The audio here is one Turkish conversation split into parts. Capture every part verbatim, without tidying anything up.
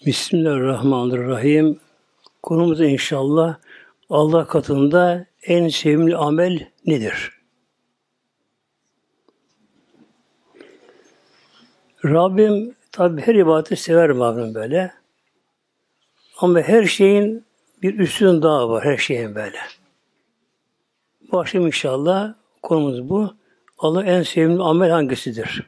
Bismillahirrahmanirrahim. Konumuz inşallah Allah katında en sevimli amel nedir? Rabbim tabi her ibadeti sever Rabbim böyle. Ama her şeyin bir üstün dağı var her şeyin böyle. Başlayalım inşallah. Konumuz bu. Allah en sevimli amel hangisidir?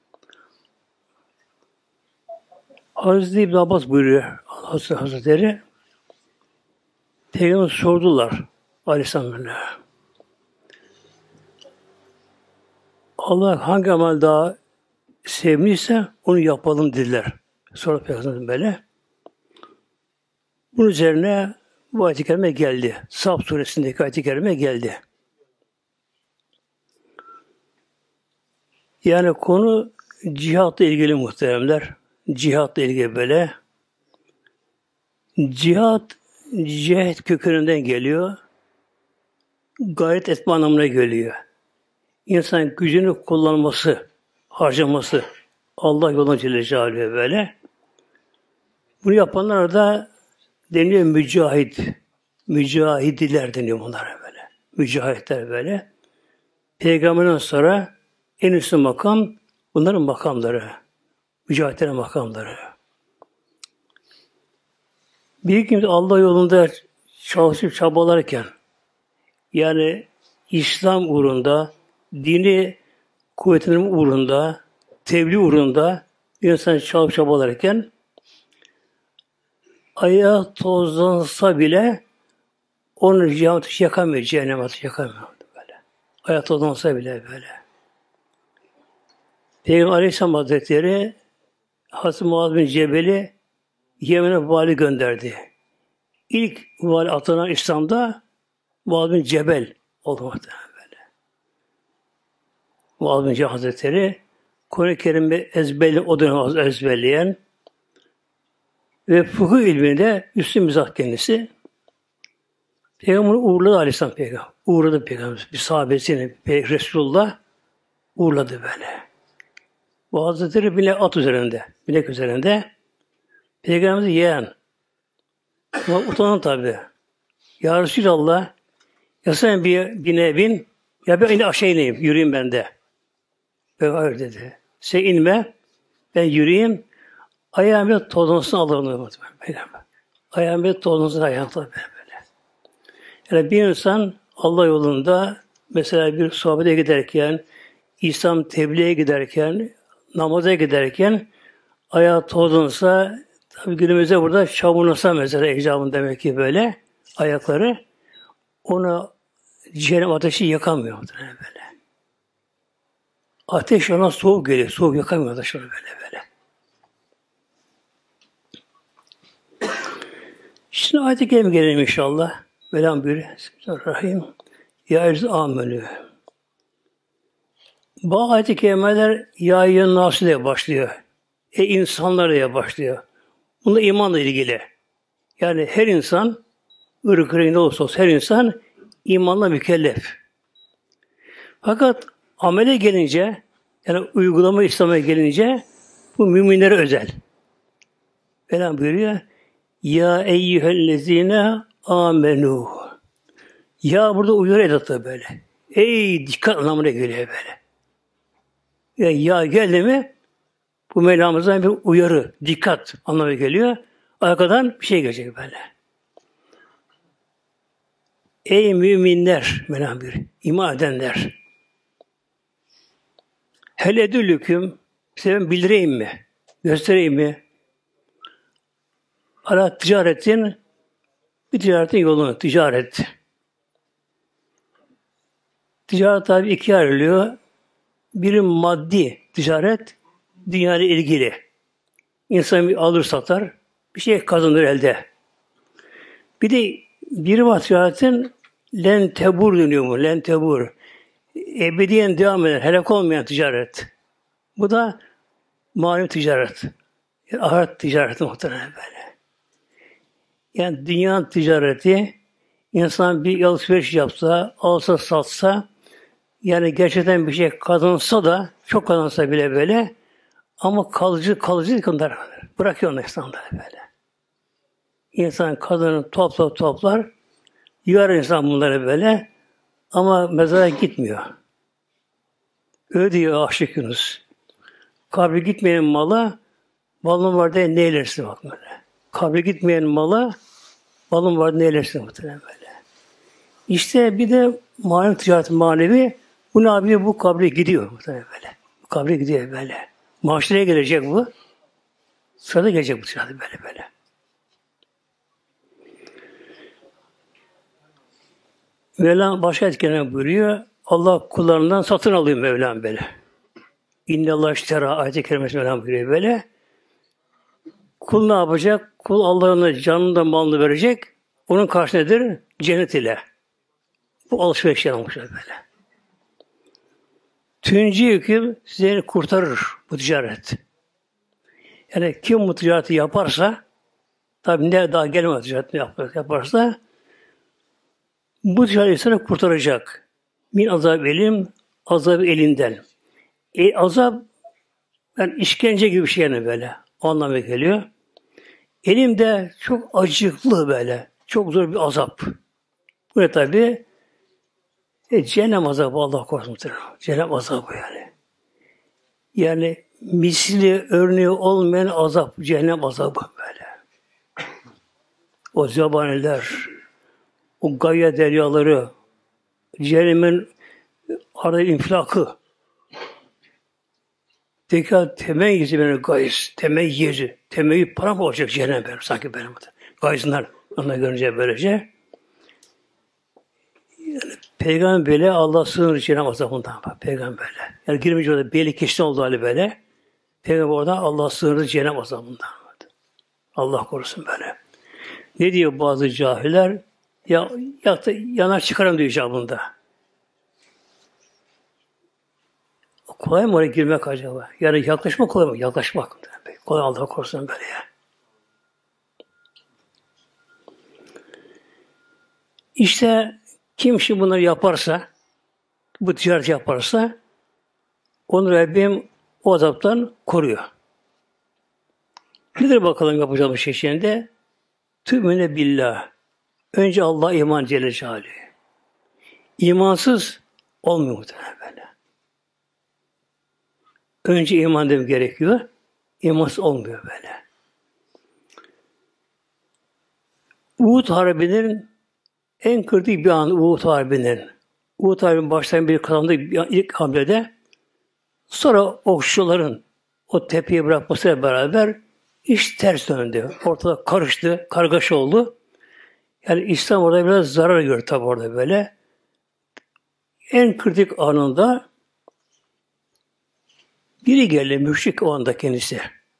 Hazreti İbn Abbas buyuruyor Allah Hazretleri. Peygamber sordular Aleyhisselam'a. Allah hangi amel daha sevimliyse onu yapalım dediler. Sonra Peygamber böyle. Bunun üzerine bu ayet-i kerime geldi. Saf suresindeki ayet-i kerime geldi. Yani konu cihatla ilgili muhteremler. Cihatla ilgili böyle. Cihat, cihet kökeninden geliyor. Gayret etme anlamına geliyor. İnsan gücünü kullanması, harcaması. Allah yoluna Celle Celaluhu böyle. Bunu yapanlar da deniyor mücahit. Mücahidiler deniyor bunlara böyle. Mücahitler böyle. Peygamberden sonra en üstün makam bunların makamları. Mücahitlerin makamları. Bir kimse Allah yolunda çalışıp çabalarken yani İslam uğrunda, dini kuvvetinin uğrunda, tebliğ uğrunda bir insan çalışıp çabalarken ayağı tozlansa bile onu cehennem ateşi yakamıyor, cehennem ateşi yakamıyor böyle. Ayağı tozlansa bile böyle. Peygamber Aleyhisselam Hazretleri Hazreti Muaz bin Cebel'i Yemen'e vali gönderdi. İlk vali atanan İslam'da Muaz bin Cebel oldu muhtemelen böyle. Muaz bin Cebel Hazretleri Kur'an-ı Kerim'i ezberli, o dönem ezberleyen ve fıkıh ilminde üstün mizah kendisi. Peygamber uğurladı Aleyhisselam Peygamber. Uğurladı Peygamber. Bir sahabesini Resulullah uğurladı böyle. Bu Hazretleri binek at üzerinde, binek üzerinde. Peygamberimizi yeğen. Ama utanan tabi. Ya Resulallah, ya sen bir bineğe bin, ya ben yine aşağı ineyim, yürüyeyim ben de. Peygamber dedi. Sen inme, ben yürüyeyim, ayağım bir tozunsun alırım. Peygamber. Ayağım bir tozunsun ayağım tabi böyle. Yani bir insan Allah yolunda, mesela bir sohbete giderken, İslam tebliğe giderken, namaza giderken ayağı tozlansa, tabi günümüzde burada çamurlasa mesela icabın demek ki böyle ayakları ona cehennem ateşi yakamıyor böyle. Ateş ona soğuk geliyor, soğuk yakamıyor ateş ona böyle böyle. Şimdi ayet-i kerime gelelim inşallah. Velham buyuruyor. Bismillahirrahmanirrahim. Ya erzü amenü. Bu ayet-i kerimeler ya eyyühen nâs ile başlıyor. E insanlar diye başlıyor. Bunda imanla ilgili. Yani her insan, ırk rengi olsa olsa her insan imanla mükellef. Fakat amele gelince, yani uygulama İslam'a gelince bu müminlere özel. Velham buyuruyor. Ya eyyühellezine amenu. Ya burada uyarı edatı böyle. Ey dikkat anlamına geliyor böyle. Ya, ya geldi mi bu Mevlamızdan bir uyarı, dikkat anlamına geliyor. Arkadan bir şey gelecek böyle. Ey müminler, Mevlam bir iman edenler. Hel edüllüküm, size ben bildireyim mi? Göstereyim mi? Ala ticaretin, bir ticaretin yolunu, ticaret. Ticaret tabi ikiye ayrılıyor. Biri maddi ticaret, dünyayla ilgili. İnsan bir alır satar, bir şey kazanır elde. Bir de biri var ticaretin len tebur deniyor mu? Len tebur. Ebediyen devam eden, helak olmayan ticaret. Bu da manevi ticaret. Yani ahiret ticareti muhtemelen böyle. Yani dünya ticareti insan bir alışveriş yapsa, alsa satsa yani gerçekten bir şey kazansa da çok kazansa bile böyle ama kalıcı kalıcı bunlar. Bırakıyor onlar İslam'da böyle. İnsan kadını toplar toplar, yığar insan bunları böyle ama mezara gitmiyor. Öyle diyor Aşık Yunus. Kabre gitmeyen mala balın var diye ne eylersin bak böyle. Kabre gitmeyen mala balın var ne eylersin muhtemelen böyle. İşte bir de manevi ticaret manevi bu ne yapıyor? Bu kabre gidiyor muhtemelen böyle. Bu kabre gidiyor böyle. Mahşere gelecek bu. Sırada gelecek bu ticaret böyle böyle. Mevlam başka etkene buyuruyor. Allah kullarından satın alıyor Mevlam böyle. İnnallah iştera ayet-i kerimesi Mevlam buyuruyor böyle. Kul ne yapacak? Kul Allah'ın canını da malını verecek. Onun karşı nedir? Cennet ile. Bu alışveriş yapmışlar böyle. Tünci hüküm sizi kurtarır bu ticaret. Yani kim bu ticareti yaparsa tabi ne daha gelmez ticaretini yaparsa bu ticaret insanı kurtaracak. Min azab elim, azab elinden. E, azap yani işkence gibi bir şey yani böyle. O anlamına geliyor. Elim de çok acıklı böyle. Çok zor bir azap. Bu ne tabi? E, cehennem azabı Allah korusun. Cehennem azabı yani. Yani misli örneği olmayan azap. Cehennem azabı böyle. O zebaniler, o gayya deryaları, cehennemin arada infilakı, tekrar temel benim gayz, temel yeri, temeli para mı olacak cehennem benim, sanki benim. Gayzınlar onları görünce böylece. Yani, Peygamber böyle Allah sığınır cehennem azabından. Peygamber böyle. Yani girmeyince orada belli kişiden olduğu hali böyle. Peygamber orada Allah sığınır cehennem azabından. Allah korusun böyle. Ne diyor bazı cahiller? Ya, ya yanar çıkarım diyor icabında. Kolay mı oraya girmek acaba? Yani yaklaşmak kolay mı? Yaklaşmak. Kolay Allah korusun böyle ya. İşte kim şimdi bunları yaparsa, bu ticaret yaparsa, onu Rabbim o azaptan koruyor. Nedir bakalım yapacağımız şey şimdi? Tümüne billah. Önce Allah'a iman Celle Celaluhu. İmansız olmuyor muhtemelen böyle. Önce iman demek gerekiyor. İmansız olmuyor böyle. Uhud Harbi'nin en kritik bir an Uhud Harbi'nin. Uhud Harbi'nin baştan bir kazandığı ilk hamlede sonra okçuların o tepeyi bırakmasıyla beraber iş ters döndü. Ortada karıştı, kargaşa oldu. Yani İslam orada biraz zarar gördü tabi orada böyle. En kritik anında biri geldi, müşrik o anda kendisi.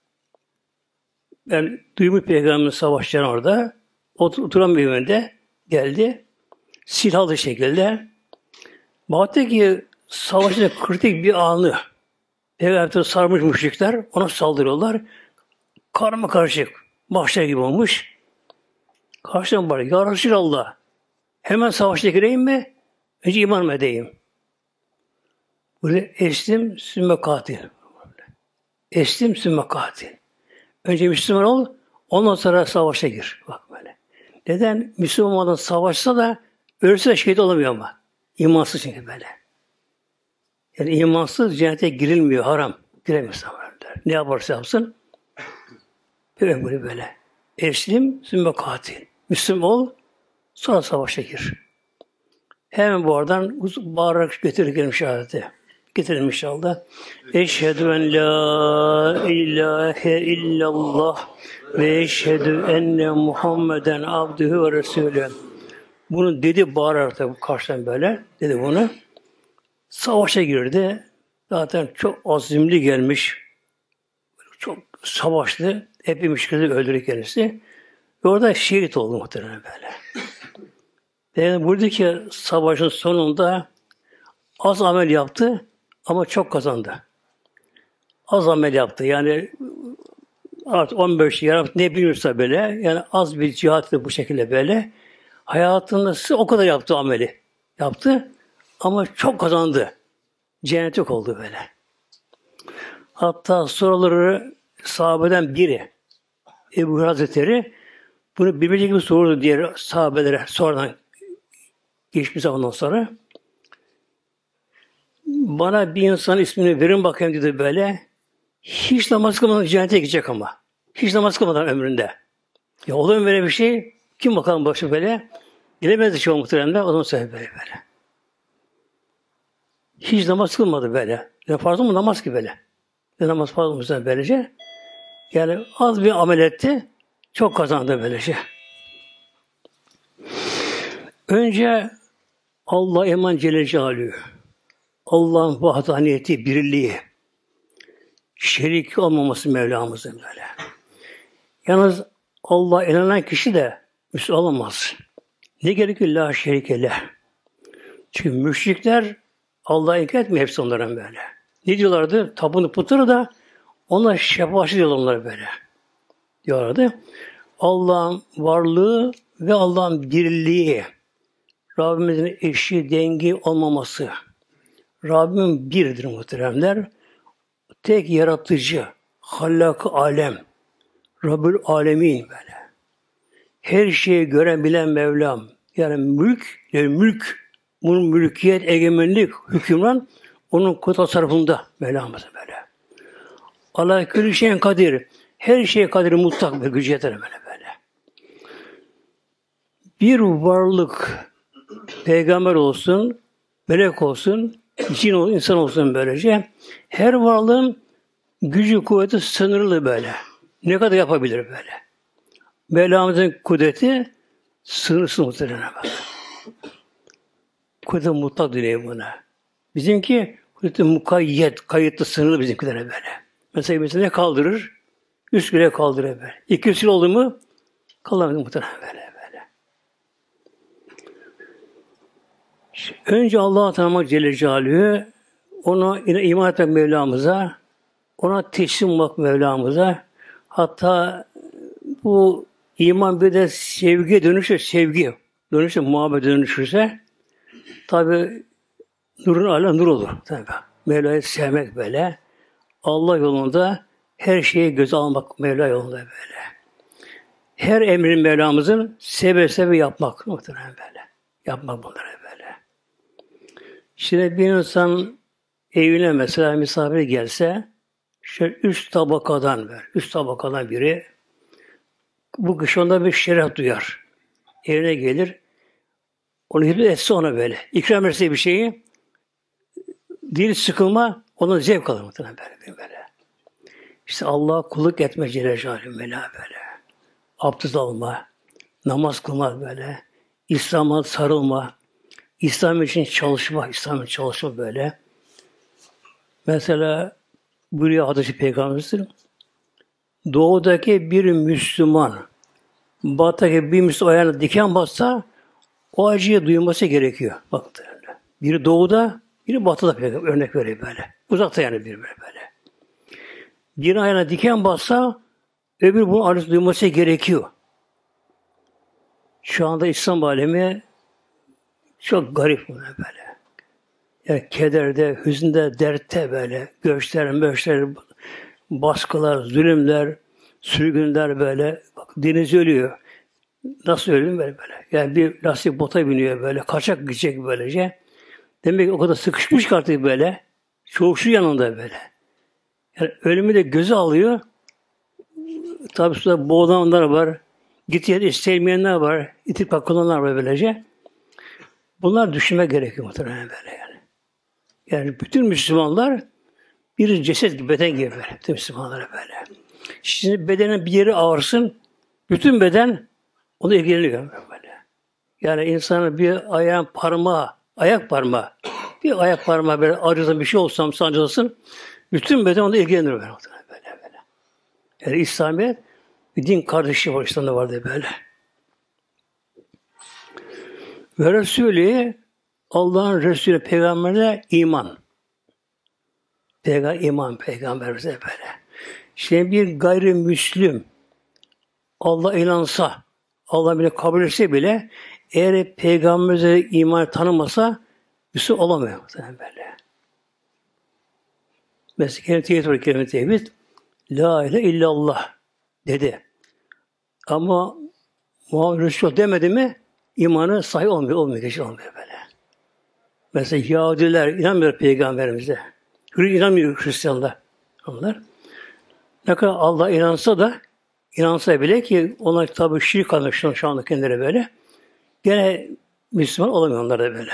Ben duymuş Peygamber'in savaşçıları orada. Oturan bir evinde geldi. Silahlı şekilde. Baktı ki savaşın kritik bir anı. Peygamber'e sarmış müşrikler. Ona saldırıyorlar. Karma karışık. Mahşer gibi olmuş. Karşıdan var. Ya Resulallah. Hemen savaşta gireyim mi? Önce iman mı edeyim? Burada eslim sümme katil. Eslim sümme katil. Önce Müslüman ol, ondan sonra savaşa gir. Bak böyle. Neden? Müslüman olan savaşsa da ölürse de şehit olamıyor ama. İmansız çünkü böyle. Yani imansız cennete girilmiyor, haram. Giremiyor der. Ne yaparsa yapsın. Böyle böyle böyle. Eslim sümme katil. Müslüman ol, sonra savaşa gir. Hemen bu aradan bağırarak getirir şehadeti. Getirelim inşallah. Eşhedü en la ilahe illallah ve eşhedü enne Muhammeden abdühü ve resulü. Bunu dedi bağırarak da karşıdan böyle. Dedi bunu. Savaşa girdi. Zaten çok azimli gelmiş. Çok savaştı. Hep müşrikleri öldürdü kendisi. Ve orada şehit oldu muhtemelen böyle. Yani buradaki savaşın sonunda az amel yaptı ama çok kazandı. Az amel yaptı. Yani artık on beş yarabbim ne biliyorsa böyle yani az bir cihattı bu şekilde böyle. Hayatında o kadar yaptı ameli. Yaptı ama çok kazandı. Cennetlik oldu böyle. Hatta soruları sahabeden biri Ebu Hazretleri Bunu bilmeyecek gibi sordu diğer sahabelere sonradan geçmiş zamandan sonra. Bana bir insan ismini verin bakayım dedi böyle. Hiç namaz kılmadan cennete gidecek ama. Hiç namaz kılmadan ömründe. Ya olur mu böyle bir şey? Kim bakalım başı böyle? Bilemezdi çoğu muhteremler. O zaman söyledi böyle böyle. Hiç namaz kılmadı böyle. Ya farz mı namaz ki böyle. Ya namaz farz mı böylece? Yani az bir amel etti. Çok kazandı böylece. Önce Allah eman Celle Celaluhu. Allah'ın vahdaniyeti, birliği. Şerik olmaması Mevlamızın böyle. Yalnız Allah inanan kişi de Müslüman olamaz. Ne gerekiyor? La şerike leh. Çünkü müşrikler Allah'ı inkar etmiyor hepsi onların böyle. Ne diyorlardı? Tapını puturu da onlar şefaatçi diyorlar onlara böyle. Diyorlardı. Allah'ın varlığı ve Allah'ın birliği, Rabbimizin eşi, dengi olmaması, Rabbimin birdir muhteremler. Tek yaratıcı, hallak-ı alem, Rabbül alemin böyle. Her şeyi gören bilen Mevlam. Yani mülk, yani mülk, bunun mülkiyet, egemenlik, hükümran onun kudret tasarrufunda Mevlamızın böyle. Allah külli şeyin kadir. Her şeye kadir mutlak ve gücü yeter böyle böyle. Bir varlık peygamber olsun, melek olsun, cin olsun, insan olsun böylece. Her varlığın gücü, kuvveti sınırlı böyle. Ne kadar yapabilir böyle. Mevlamızın kudreti sınırsız muhtemelen böyle. Kudreti mutlak dönüyor buna. Bizimki kudreti mukayyet, kayıtlı, sınırlı bizimkilere böyle. Mesela mesela ne kaldırır? Üç kilo kaldırır böyle. İki yüz kilo oldu mu kaldıramaz muhtemelen böyle böyle. Şimdi önce Allah'ı tanımak Celle Celaluhu, ona iman etmek Mevlamıza, ona teslim olmak Mevlamıza. Hatta bu iman bir de sevgiye dönüşür, sevgi dönüşür, muhabbet dönüşürse tabi nurun ala nur olur. Tabi. Mevla'yı sevmek böyle. Allah yolunda her şeyi göze almak Mevla yolunda böyle. Her emrin Mevlamızın seve seve yapmak muhtemelen böyle. Yapmak bunları böyle. Şimdi bir insan evine mesela misafir gelse şöyle üst tabakadan böyle, üst tabakadan biri bu kış onda bir şeref duyar. Evine gelir. Onu hizmet etse ona böyle. İkram etse bir şeyi dil sıkılma ona zevk alır muhtemelen böyle. böyle. İşte Allah'a kulluk etme Celle Celaluhu Mevla böyle. Abdest alma, namaz kılma böyle. İslam'a sarılma, İslam için çalışma, İslam için çalışma böyle. Mesela buyuruyor hadis-i Peygamberimizdir. Doğudaki bir Müslüman batıdaki bir Müslüman ayağına diken bassa o acıyı duyması gerekiyor. Bakın öyle. Biri doğuda, biri batıda örnek veriyor böyle. Uzakta yani biri böyle böyle. Bir ayağına diken bassa öbür bunun acısı duyması gerekiyor. Şu anda İslam alemi çok garip böyle. Yani kederde, hüznde, dertte böyle. Göçler, möçler, baskılar, zulümler, sürgünler böyle. Bak, deniz ölüyor. Nasıl ölüyor böyle böyle. Yani bir lastik bota biniyor böyle. Kaçak gidecek böylece. Demek ki o kadar sıkışmış ki artık böyle. Çoğu şu yanında böyle. Yani ölümü de göze alıyor. Tabi suda boğulanlar var. Git yer istemeyenler var. İtip kakılanlar var böylece. Bunlar düşünme gerekiyor muhtemelen böyle yani. Yani bütün Müslümanlar bir ceset gibi, beden gibi böyle. Bütün Müslümanlara böyle. Şimdi bedenin bir yeri ağırsın, bütün beden onu ilgileniyor böyle. Yani insanın bir ayağın parmağı, ayak parmağı, bir ayak parmağı böyle acısı bir şey olsam sancılsın, bütün beden onu ilgilenir böyle. böyle, böyle. Yani İslamiyet bir din kardeşi var, İslam'da vardı böyle. Ve Resulü Allah'ın Resulü Peygamber'e iman. Peygamber iman Peygamber'e böyle. Şimdi bir gayrimüslim Allah inansa, Allah bile kabul etse bile eğer Peygamber'e iman tanımasa Müslüman olamıyor böyle. Mesela kelime tevhid var, kelime tevhid. La ilahe illallah dedi. Ama Muhammed Resul demedi mi imanı sahih olmuyor, olmuyor, geçici olmuyor böyle. Mesela Yahudiler inanmıyor Peygamberimize. İnanmıyor Hristiyanlar. Onlar. Ne kadar Allah inansa da inansa bile ki onlar tabi şirk anlaşılan şu anda kendileri böyle. Gene Müslüman olamıyor onlar da böyle.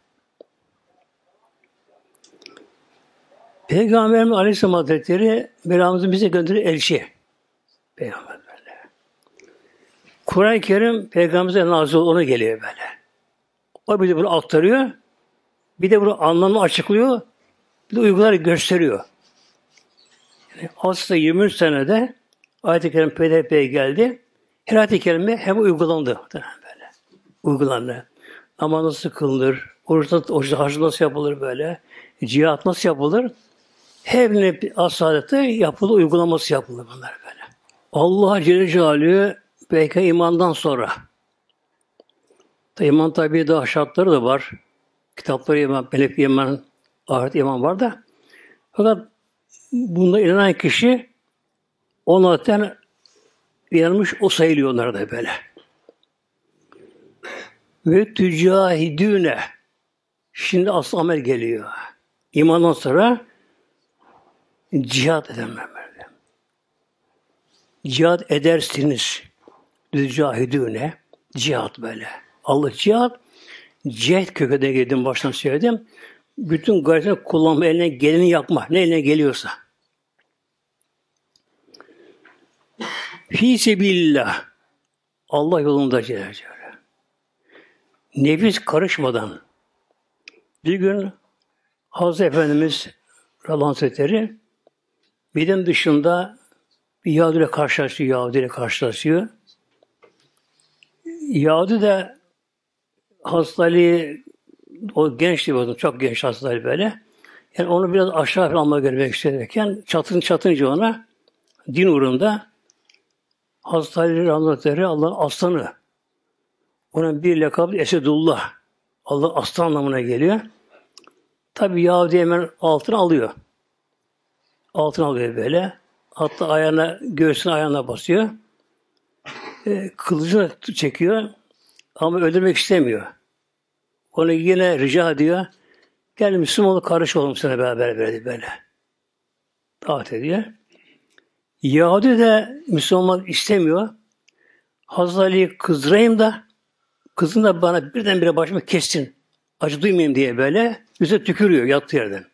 Peygamberimiz Aleyhisselam Hazretleri Mevlamızın bize gönderdiği elçi. Peygamber böyle. Kur'an-ı Kerim Peygamberimize nazil ona geliyor böyle. O bir de bunu aktarıyor. Bir de bunu anlamını açıklıyor. Bir de uyguları gösteriyor. Yani aslında yirmi üç senede ayet-i kerim peyderpey geldi. Her ayet-i kerime hem uygulandı. Böyle. Uygulandı. Namaz nasıl kılınır? Oruç hac nasıl yapılır böyle? Cihat nasıl yapılır? Her bir asadette yapılır, uygulaması yapılır bunlar böyle. Allah Celle Celaluhu belki imandan sonra. İman tabi daha şartları da var. Kitapları iman, melek iman, ahiret iman var da. Fakat bunda inanan kişi onlardan inanmış o sayılıyorlar da böyle. Ve tücahidüne. Şimdi asıl amel geliyor. İmandan sonra cihat edemem böyle. Cihat edersiniz. Tücahidüne. Cihat böyle. Allah cihat. Cihet köküne girdim baştan söyledim. Bütün gayretini kullanma, eline geleni yapma. Ne eline geliyorsa. Fî sebilillah. Allah yolunda Celle Celaluhu. Nefis karışmadan. Bir gün Hazreti Efendimiz Radıyallahu anh Hazretleri Medine'nin dışında bir Yahudi ile karşılaşıyor. Yahudi ile karşılaşıyor. Yahudi de Hazreti Ali o gençti o çok genç Hazreti Ali böyle. Yani onu biraz aşağı almaya görmek isterken çatın çatınca ona din uğrunda Hazreti Ali Hazretleri Allah'ın aslanı. Onun bir lakabı Esedullah. Allah aslan anlamına geliyor. Tabi Yahudi hemen altına alıyor. Altına alıyor böyle. Hatta ayağına, göğsüne ayağına basıyor. E, kılıcını çekiyor. Ama öldürmek istemiyor. Onu yine rica ediyor. Gel Müslümanla karış olalım sana beraber böyle böyle. Davet ediyor. Yahudi de Müslüman istemiyor. Hazreti Ali'yi kızdırayım da kızın da bana birdenbire başımı kessin. Acı duymayayım diye böyle yüzüne tükürüyor yattığı yerden.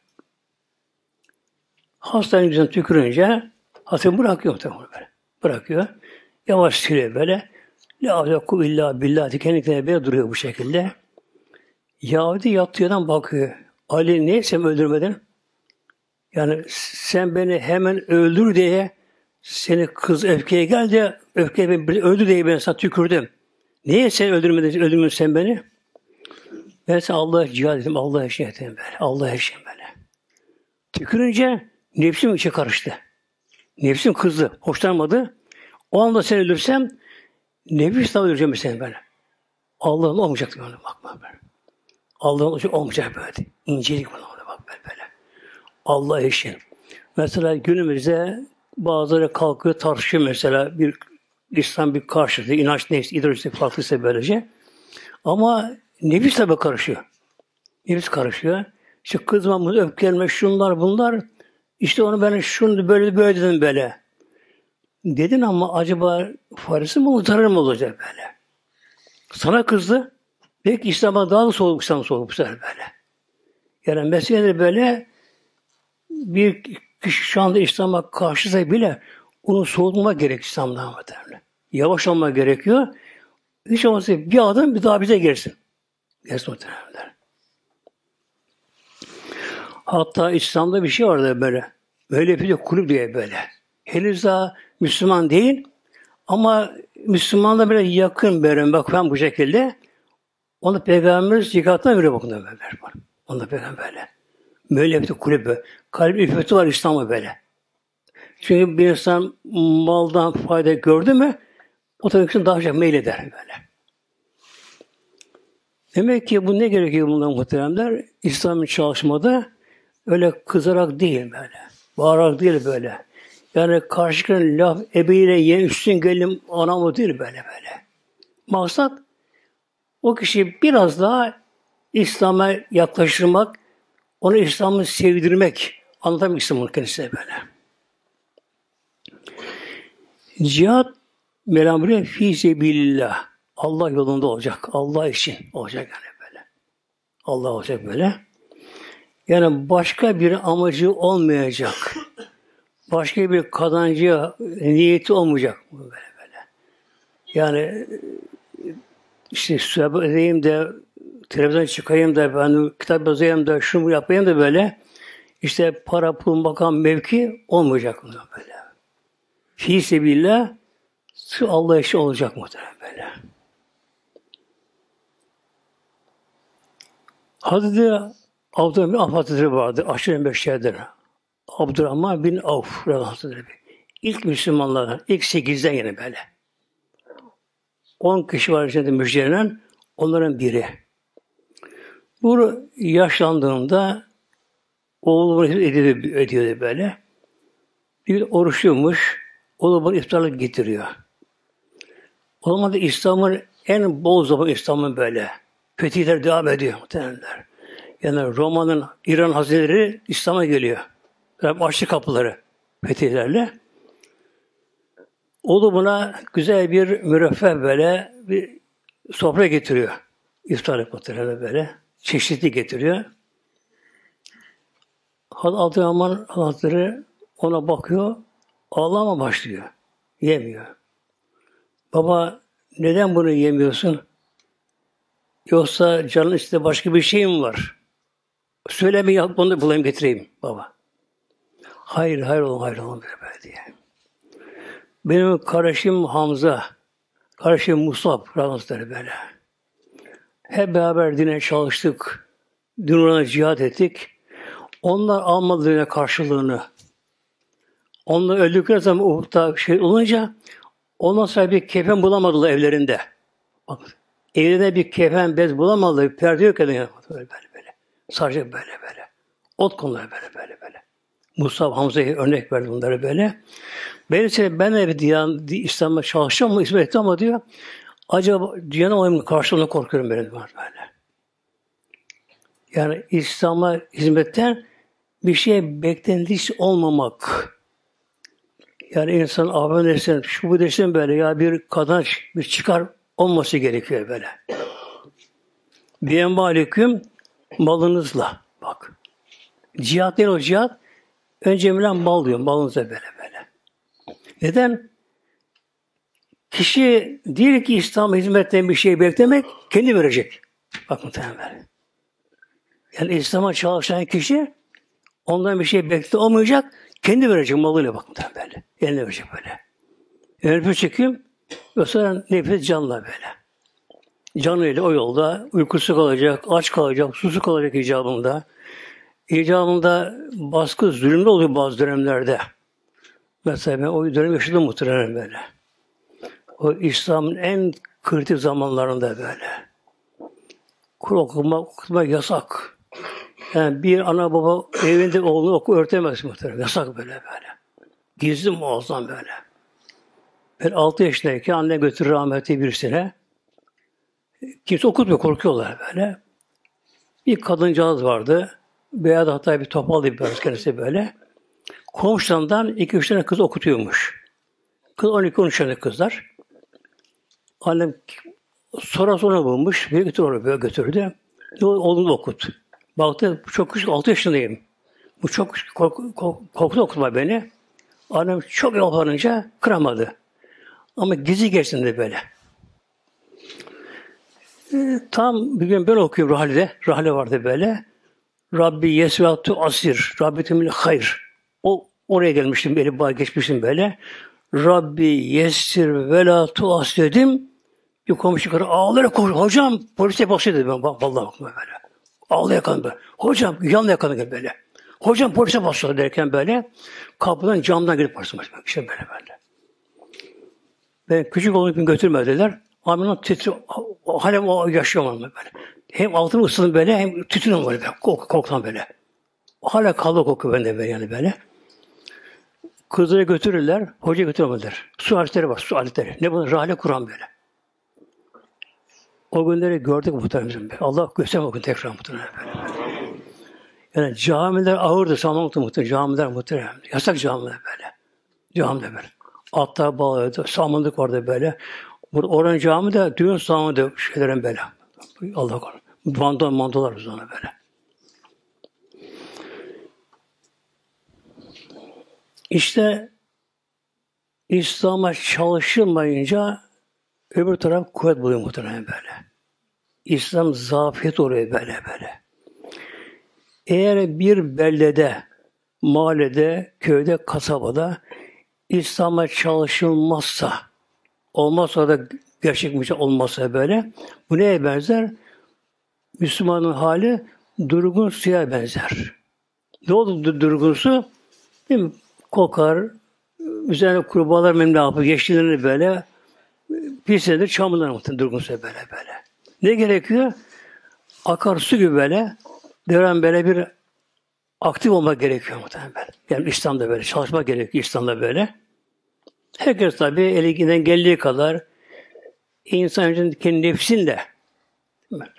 Hastanın yüzüne tükürünce hastayı bırakıyor muhtemelen böyle. Bırakıyor. Yavaş sürüyor böyle. La avlaku illa billah kendi kendine böyle duruyor bu şekilde. Yahudi yattığı yerden bakıyor. Ali niye sen öldürmedin? Yani sen beni hemen öldür diye seni kız öfkeye gel de öfkeye beni öldür diye ben sana tükürdüm. Niye sen öldürmedin, öldürmedin sen beni? Ben sana Allah'a cihad ettim, Allah'a eşit ettim böyle. Allah'a eşit böyle. Tükürünce nefsim içe karıştı. Nefsim kızdı, hoşlanmadı. O anda seni öldürsem nefis daha öldüreceğim seni böyle. Allah'ın olmayacak diyor ona bakma böyle. Allah'ın olmayacak böyle. İncelik buna bak böyle böyle. Allah eşit. Mesela günümüzde bazıları kalkıyor tartışıyor mesela bir İslam bir karşıtı, inanç neyse, ideolojisi farklıysa böylece. Ama nefis tabi karışıyor. Nefis karışıyor. İşte kızmamız, öfkelenme, şunlar bunlar. İşte onu ben şunu böyle böyle dedim böyle. Dedin ama acaba farisi mi olur, zararı mı olacak böyle? Sana kızdı. Belki İslam'a daha da soğuk, İslam'a soğuk bu sefer böyle. Yani meseleleri böyle bir kişi şu anda İslam'a karşıysa bile onu soğutma gerek İslam'dan muhtemelen. Yavaş olma gerekiyor. Hiç olmazsa bir adım bir daha bize gelsin. Gelsin muhtemelen. Hatta İslam'da bir şey vardı böyle. Böyle bir de kulüp diye böyle. Henüz daha Müslüman değil ama Müslümanla böyle yakın böyle bak ben bu şekilde. Onu Peygamberimiz zikatına göre bakın böyle. Onu da Peygamber böyle. Böyle bir de kulüp. Kalp üfeti var İslam'a böyle. Çünkü bir insan maldan fayda gördü mü o tabii daha çok meyleder böyle. Demek ki bu ne gerekiyor bundan muhteremler? İslam'ın çalışmada öyle kızarak değil böyle. Bağırarak değil böyle. Yani karşıkların laf ebeyle ye üstün gelim anamı değil böyle böyle. Maksat o kişiyi biraz daha İslam'a yaklaştırmak, onu İslam'ı sevdirmek. Anlatamak İslam'ın kendisine böyle. Cihat Mevlam fî sebilillah. Allah yolunda olacak. Allah için olacak yani böyle. Allah olacak böyle. Yani başka bir amacı olmayacak. Başka bir kazancı, niyeti olmayacak. Böyle böyle. Yani işte sübh edeyim de televizyon çıkayım da ben kitap yazayım da şunu yapayım da böyle işte para, pul, makam, mevki olmayacak mı böyle. Fî sebilillah Allah işi olacak muhtemelen böyle. Hazreti Abdurrahman bin Avf Hazretleri vardı. Aşırı beşerdir. Abdurrahman bin Avf Hazretleri. İlk Müslümanlardan, ilk sekizden yine böyle. On kişi var içinde müjdelenen, onların biri. Bu yaşlandığında oğlu bunu ediyordu, ediyordu böyle. Bir gün oruçluymuş, oğlu bunu iftarlık getiriyor. O zaman da İslam'ın en bol zaman İslam'ın böyle. Fetihler devam ediyor muhtemelenler. Yani Roma'nın, İran hazineleri İslam'a geliyor. Yani açtı kapıları fetihlerle. Oğlu buna güzel bir müreffeh böyle bir sofra getiriyor. İftarlık muhtemelen böyle. Çeşitli getiriyor. Abdurrahman Hazretleri ona bakıyor. Ağlama başlıyor. Yemiyor. Baba neden bunu yemiyorsun? Yoksa canın içinde başka bir şey mi var? Söyleme yap, bunu da bulayım getireyim baba. Hayır, hayır oğlum, hayır oğlum böyle diye. Benim kardeşim Hamza, kardeşim Musab, rahmetleri böyle. Hep beraber dine çalıştık. Din uğruna cihat ettik. Onlar almadığı karşılığını. Onlar öldükleri zaman Uhud'da şey olunca ondan sonra bir kefen bulamadılar evlerinde. Bak, evlerinde bir kefen bez bulamadılar. Bir perde yok edin. Böyle böyle böyle. Sadece böyle böyle. Ot konuları böyle böyle böyle. Musab Hamza'ya örnek verdi bunları böyle. Böylece ben de diyan İslam'a çalışacağım mı, hizmet ettim ama diyor. Acaba dünyanın olayımın karşılığını korkuyorum benim var böyle. Yani İslam'a hizmetten bir şey beklentisi olmamak. Yani insan ahven dersen, şu bu dersen böyle ya bir kazanç, bir çıkar olması gerekiyor böyle. Bir envaliküm malınızla. Bak. Cihat değil o cihat. Önce milan mal diyor. Malınıza böyle böyle. Neden? Kişi değil ki İslam'a hizmetten bir şey beklemek, kendi verecek. Bak muhtemelen. Yani İslam'a çalışan kişi ondan bir şey bekle olmayacak, kendi verecek malıyla bak muhtemelen böyle. Eline verecek böyle. Nefes çekim, yoksa nefes canla böyle. Canıyla o yolda uykusu kalacak, aç kalacak, susuz kalacak icabında. İcabında baskı, zulümde oluyor bazı dönemlerde. Mesela ben o dönem yaşadım muhtemelen böyle. O İslam'ın en kritik zamanlarında böyle. Kur okuma, okuma yasak. Yani bir ana baba evinde oğlunu oku örtemez muhtemelen. Yasak böyle böyle. Gizli muazzam böyle. Ben altı yaşındayken anne götürür rahmetli birisine. Kimse okutmuyor, korkuyorlar böyle. Bir kadıncağız vardı. Beyaz hatta bir topal bir biraz kendisi böyle. Komşularından iki üç tane kız okutuyormuş. Kız on iki on üç tane kızlar. Annem sonra sonra bulmuş. Bir götür oraya böyle götürdü. Oğlunu da okut. Baktı çok küçük altı yaşındayım. Bu çok kork, kork, korktu okutma beni. Annem çok yalvarınca kıramadı. Ama gizli geçsin de böyle. E, tam bir gün ben okuyorum Rahle'de. Rahle vardı böyle. Rabbi yesvatu asir. Rabbi temil hayr. O oraya gelmiştim. Beni bağ geçmiştim böyle. Rabbi yessir ve la tuas dedim. Bir komşu karı ağlayarak koştu. Hocam polise basıyor dedim. Ben, vallahi bakma böyle. Ağlayarak kaldım böyle. Hocam yanına yakaladım böyle. Hocam polise basıyor derken böyle. Kapıdan camdan girip bastım. İşte böyle böyle. Ben küçük olduğum için götürmediler. Amirim titri, hala yaşıyorum böyle. Hem altımı ısındım böyle hem tütünüm böyle. Kork, korktan böyle. Hala kaldı koku bende böyle yani böyle. Kızları götürürler, hoca götüremediler. Su aletleri var, su aletleri. Ne bunlar? Rahle Kur'an böyle. O günleri gördük muhtemelen. Allah gösterme o gün tekrar muhtemelen. Yani camiler ağırdı, sanmaktı muhtemelen. Camiler muhtemelen. Yasak camiler böyle. Camiler böyle. Atlar bağlıydı, samanlık vardı böyle. Burada oranın cami de düğün salonu şeylerin böyle. Allah korusun. Mando, mandolar üzerine böyle. İşte İslam'a çalışılmayınca öbür taraf kuvvet buluyor muhtemelen böyle. İslam zafiyet oluyor böyle böyle. Eğer bir beldede, mahallede, köyde, kasabada İslam'a çalışılmazsa, olmazsa da gerçek mücadele olmazsa böyle, bu neye benzer? Müslümanın hali durgun suya benzer. Ne oldu durgun su? Değil mi? Kokar, üzerine kurbağalar memnun yapıp geçtiğinde böyle pislenir, çamurlar muhtemelen durgun suya böyle böyle. Ne gerekiyor? Akarsu gibi böyle, devran böyle bir aktif olmak gerekiyor muhtemelen böyle. Yani İslam'da böyle, çalışmak gerekiyor İslam'da böyle. Herkes tabii elinden geldiği kadar insan kendi nefsinle böyle.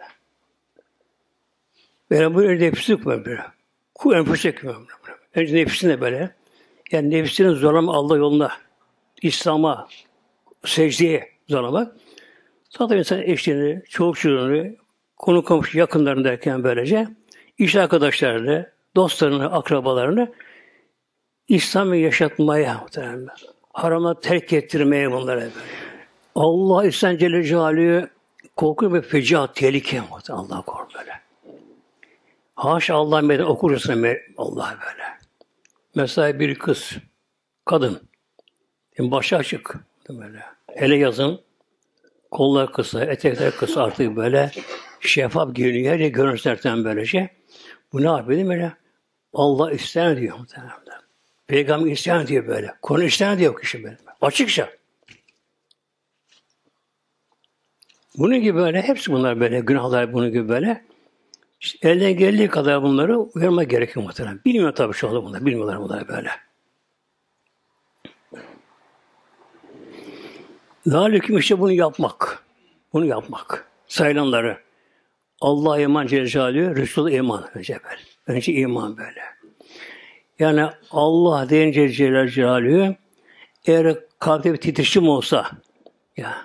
Böyle bu nefsi yok böyle. Ku enfüsek böyle. Önce nefsine böyle. Yani nefsinin zorlama Allah yoluna, İslam'a, secdeye zorlamak. Sonra insan eşliğini, çoluk çocuğunu, konu komşu yakınlarını derken böylece iş arkadaşlarını, dostlarını, akrabalarını İslam'ı yaşatmaya muhtemelen. Harama terk ettirmeye bunlara böyle. Allah İslam Celle Celaluhu korku ve fecaat, tehlike muhtemelen. Allah korku böyle. Haşa Allah meydan okursun Allah böyle. Mesela bir kız, kadın, başı açık böyle. Hele yazın kollar kısa, etekler kısa artık böyle şeffaf giyiniyor. Her yer görüntülerden böylece. Bu ne yapıyor böyle? Allah ister diyor muhtemelen. Peygamber ister diyor böyle. Konu ister diyor kişi böyle. Açıkça. Bunun gibi böyle, hepsi bunlar böyle, günahlar bunun gibi böyle. İşte elden geldiği kadar bunları uyarmak gerekiyor muhtemelen. Bilmiyor tabii şu anda bunlar, bilmiyorlar bunlar böyle. Lâlüküm işte bunu yapmak. Bunu yapmak. Sayılanları. Allah'a iman Celle Celaluhu, Resulü iman önce böyle. Önce iman böyle. Yani Allah deyince Celle Celaluhu, eğer kalpte bir titreşim olsa, ya,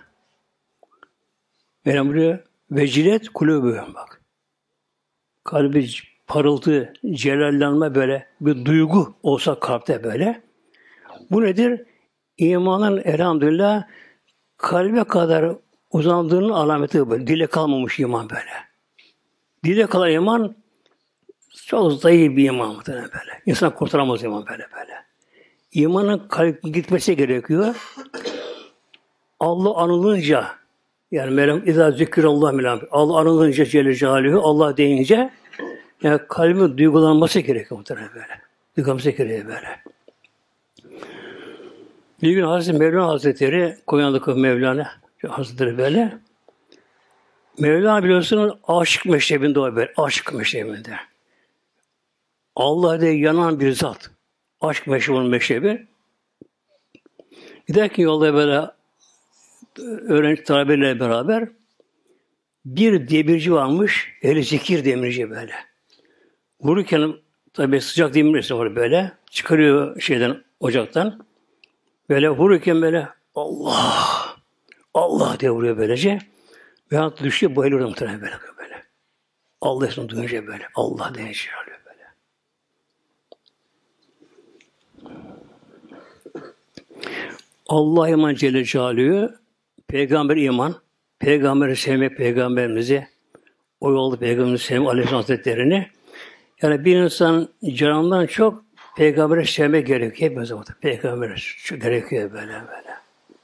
benim buraya vecilet kulübü bak. Kalbi parıltı, celallenme böyle bir duygu olsa kalpte böyle. Bu nedir? İmanın elhamdülillah kalbe kadar uzandığının alameti böyle. Dile kalmamış iman böyle. Dile kalan iman çok zayıf bir iman böyle. İnsan kurtaramaz iman böyle böyle. İmanın kalp gitmesi gerekiyor. Allah anılınca yani Mevlam izâ zikrullah Mevlam Allah anılınca Celle Celaluhu Allah deyince yani kalbin duygulanması gerekiyor muhtemelen böyle. Duygulanması gerekiyor böyle. Bir gün Hazreti Mevlana Hazretleri, Konya'daki Mevlana Hazretleri böyle. Mevlana biliyorsunuz aşık meşrebinde o böyle. Aşık meşrebinde. Allah diye yanan bir zat. Aşk meşrebinin meşrebi. Giderken yolda böyle öğrenci talebelerle beraber bir demirci varmış. Ehli zikir demirci böyle. Vururken tabii sıcak demirci var böyle. Çıkarıyor şeyden, ocaktan. Böyle vururken böyle Allah Allah diye vuruyor böylece. Ve hatta düşüyor, bayılıyor muhtemelen böyle böyle. Allah ismini duyunca böyle. Allah deyince alıyor böyle. Allah iman Celle Celaluhu, peygamber iman, peygamberi sevmek, peygamberimizi, o yolda peygamberimizi sevmek, Aleyhisselam Hazretleri'ni. Yani bir insan canından çok peygamberi sevmek gerekiyor. Hepimiz o peygamberi gerekiyor böyle böyle.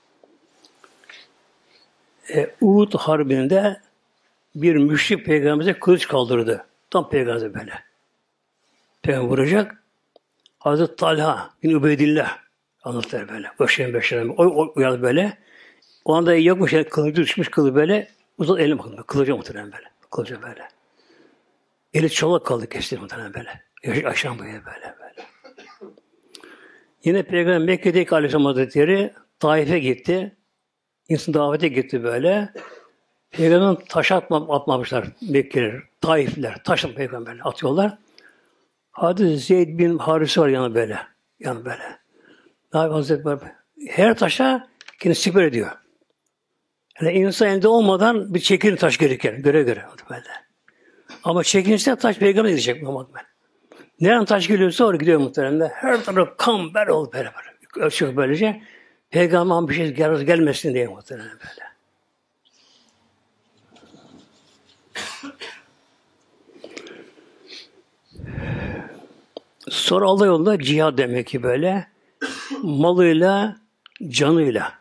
E, Uhud Harbi'nde bir müşrik peygamberimize kılıç kaldırdı. Tam peygamber böyle. Peygamber vuracak. Hazreti Talha bin Ubeydillah anlatır böyle. Başlayın başlayın. O, o uyandı böyle. O anda yokmuş, yani kılıcı düşmüş kılı böyle. Uzat eline bakın. Kılıca muhtemelen böyle. Kılıca böyle. Eli çolak kaldı kesti muhtemelen böyle. Aşağı böyle böyle böyle. Yine Peygamber Mekke'deki Aleyhisselam Hazretleri Taif'e gitti. İnsan davete gitti böyle. Peygamber'in taş atma, atmamışlar Mekkeliler, Taifliler. Taş peygamberler atıyorlar. Hadi Zeyd bin Harise var yanı böyle. Yanı böyle. Nabi Hazretleri var. Her taşa kendisi siper ediyor. Yani insan elinde olmadan bir çekilir taş gerekir. Göre göre. Böyle. Ama çekinirse taş peygamber edecek. Nereden taş geliyorsa oraya gidiyor muhtemelen. Her taraf kan ber oldu böyle böyle. Ölçüyor böylece. Peygamber bir şey gel gelmesin diye muhtemelen böyle. Sonra Allah yolunda cihad demek ki böyle. Malıyla, canıyla.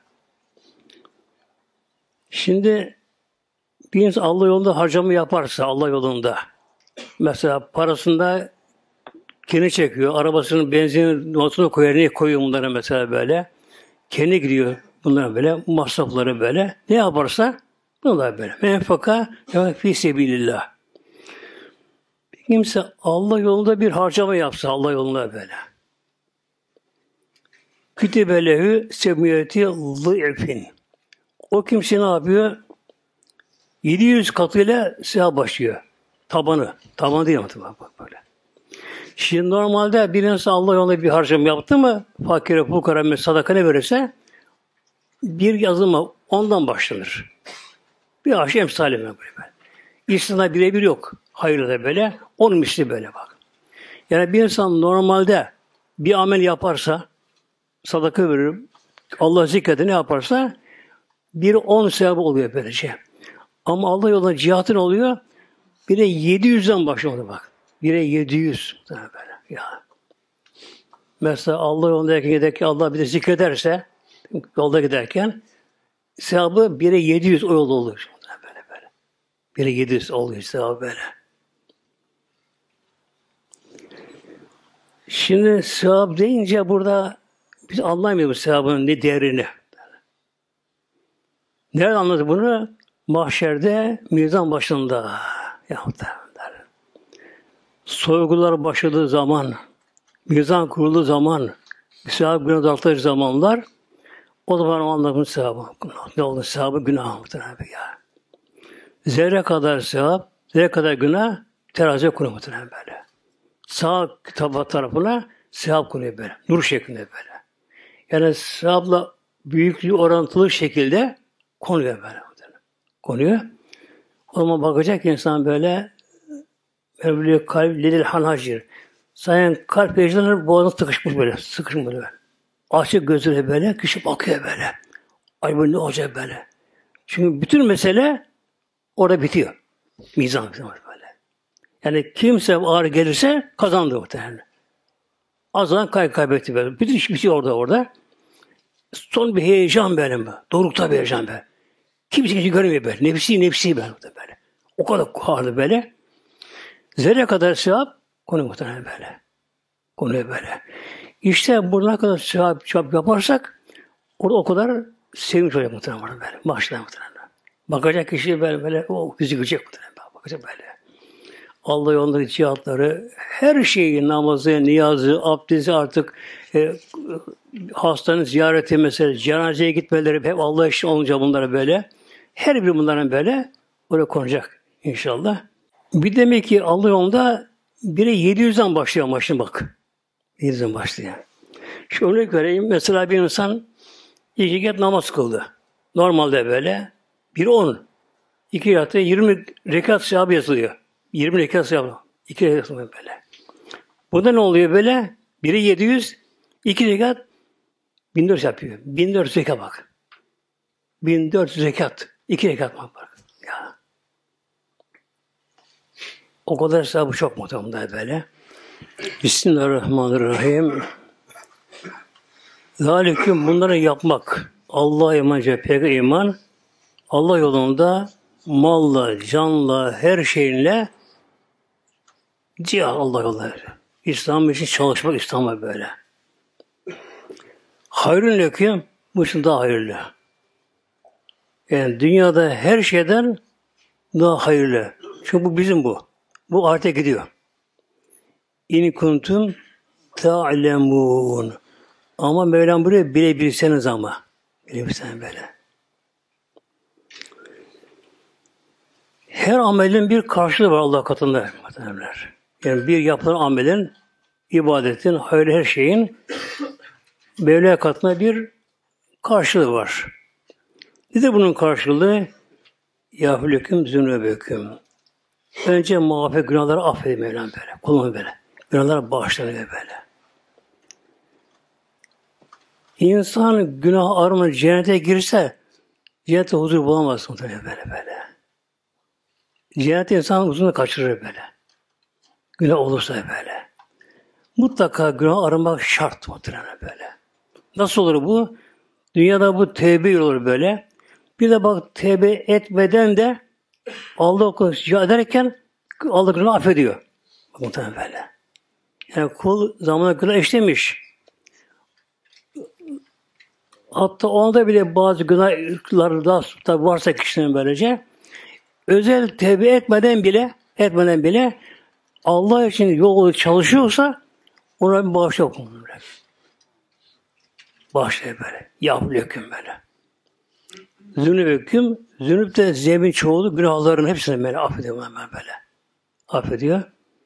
Şimdi bir insan Allah yolunda harcama yaparsa Allah yolunda mesela parasında kendi çekiyor, arabasının benzin notunu koyuyor, ne koyuyor bunlara mesela böyle. Kendi gidiyor bunlara böyle, masrafları böyle. Ne yaparsa bunlar böyle. Menfaka ve fî sebilillah. Bir kimse Allah yolunda bir harcama yapsa Allah yolunda böyle. Kütübe lehü semiyeti zı'fin. O kimse ne yapıyor? yedi yüz katıyla sevap başlıyor. Tabanı. Tabanı değil mi? Bak böyle. Şimdi normalde bir insan Allah yolunda bir harcama yaptı mı fakire, fukara, sadaka ne verirse bir yazıma ondan başlanır. Bir aşı emsali mi böyle? İslam'da birebir yok. Hayırlı da böyle. Onun misli böyle bak. Yani bir insan normalde bir amel yaparsa sadaka verir, Allah zikrede ne yaparsa bir on sevabı oluyor böylece. Ama Allah yolunda cihatın oluyor. Bir de yedi yüzden başlıyor bak. Bir de yedi yüz. Böyle ya. Mesela Allah yolunda giderken Allah bir de zikrederse yolda giderken sevabı bire yedi yüz o yolda olur. Böyle böyle. Bire yedi yüz oluyor sevabı böyle. Şimdi sevap deyince burada biz anlamıyoruz sevabın ne değerini. Nerede anladık bunu? Mahşerde mizan başında. Yahut soygular başladığı zaman, mizan kurulduğu zaman, sevap günah dağıtılır zamanlar, o zaman anlamın sevabı. Ne oldu? Sevabı günah muhtemelen ya. Zerre kadar sevap, zerre kadar günah, teraziye konuyor muhtemelen böyle. Sağ kitap tarafına sevap konuyor böyle. Nur şeklinde böyle. Yani sevapla büyüklüğü orantılı şekilde konuyor böyle. Konuyor. O zaman bakacak insan böyle böyle kalp lidil hanacir. Sayın kalp ecdanı boğazına sıkışmış böyle. Sıkışmış böyle. Açık gözüyle böyle. Kişi bakıyor böyle. Ay bu ne olacak böyle. Çünkü bütün mesele orada bitiyor. Mizan böyle. Yani kimse ağır gelirse kazandı muhtemelen. Azdan kay kaybetti böyle. Bütün iş bitiyor orada orada. Son bir heyecan benim bu. Dorukta bir heyecan be. Kimse kimse görmüyor böyle. Nefsi nefsi böyle. böyle. O kadar ağırdı böyle. Zerre kadar sevap konu muhtemelen böyle. Konuya böyle. İşte burada kadar sevap, sevap yaparsak orada o kadar sevinç olacak muhtemelen böyle. Maaşlar muhtemelen. Bakacak kişi böyle böyle o yüzü gülecek muhtemelen. Bakacak böyle. Allah yolundaki cihatları, her şeyi, namazı, niyazı, abdesti artık e, hastanın ziyareti mesela, cenazeye gitmeleri hep Allah için olunca bunlara böyle. Her biri bunların böyle oraya konacak inşallah. Bir demek ki Allah yolunda biri yedi yüzden başlıyor ama şimdi bak. yedi yüzden başlıyor. Şu örnek vereyim. Mesela bir insan iki rekat namaz kıldı. Normalde böyle. Bir on. İki rekatı yirmi rekat sevabı yazılıyor. yirmi rekat sevabı. İki rekat sevabı böyle. Bunda ne oluyor böyle? Biri yedi yüz. iki rekat bin dört yüz yapıyor. bin dört yüz rekat bak. bin dört yüz rekat. İki rekat bak. Ya. O kadar sevabı çok muhtemelen böyle. Bismillahirrahmanirrahim. Zâliküm bunları yapmak. Allah'a iman, peygamber iman. Allah yolunda malla, canla, her şeyinle cihad Allah yolunda. İslam için çalışmak İslam'a böyle. Hayrın leküm, bu için daha hayırlı. Yani dünyada her şeyden daha hayırlı. Çünkü bu bizim bu. Bu ahirete gidiyor. İn kuntum ta'lemun. Ama Mevlam buraya bilebilseniz ama. Bilebilseniz böyle. Her amelin bir karşılığı var Allah katında. Yani bir yapılan amelin, ibadetin, hayır her şeyin Mevla katında bir karşılığı var. Nedir bunun karşılığı? Yâfülüküm zünûbüküm. Önce mağfiret günahları affedin Mevlam böyle. Kulunu böyle. Günahları bağışlanıyor böyle. İnsan günah armağanı cennete girse cennette huzur bulamaz muhtemelen böyle böyle. Cennette insan huzurunu kaçırır böyle. Günah olursa böyle. Mutlaka günah aramak şart muhtemelen böyle. Nasıl olur bu? Dünyada bu tevbe olur böyle. Bir de bak tevbe etmeden de Allah okulu icra ederken Allah günahı affediyor. Bak muhtemelen böyle. Yani kul zamanla günah işlemiş. Hatta onda bile bazı günahlar da varsa kişinin böylece özel tevbe etmeden bile etmeden bile Allah için yolu çalışıyorsa ona bir bağış yok. Bağışlıyor böyle. Yâfülüküm böyle. Zünübüküm, zünüp de zemin çoğulu günahların hepsini böyle affediyor böyle. Affediyor.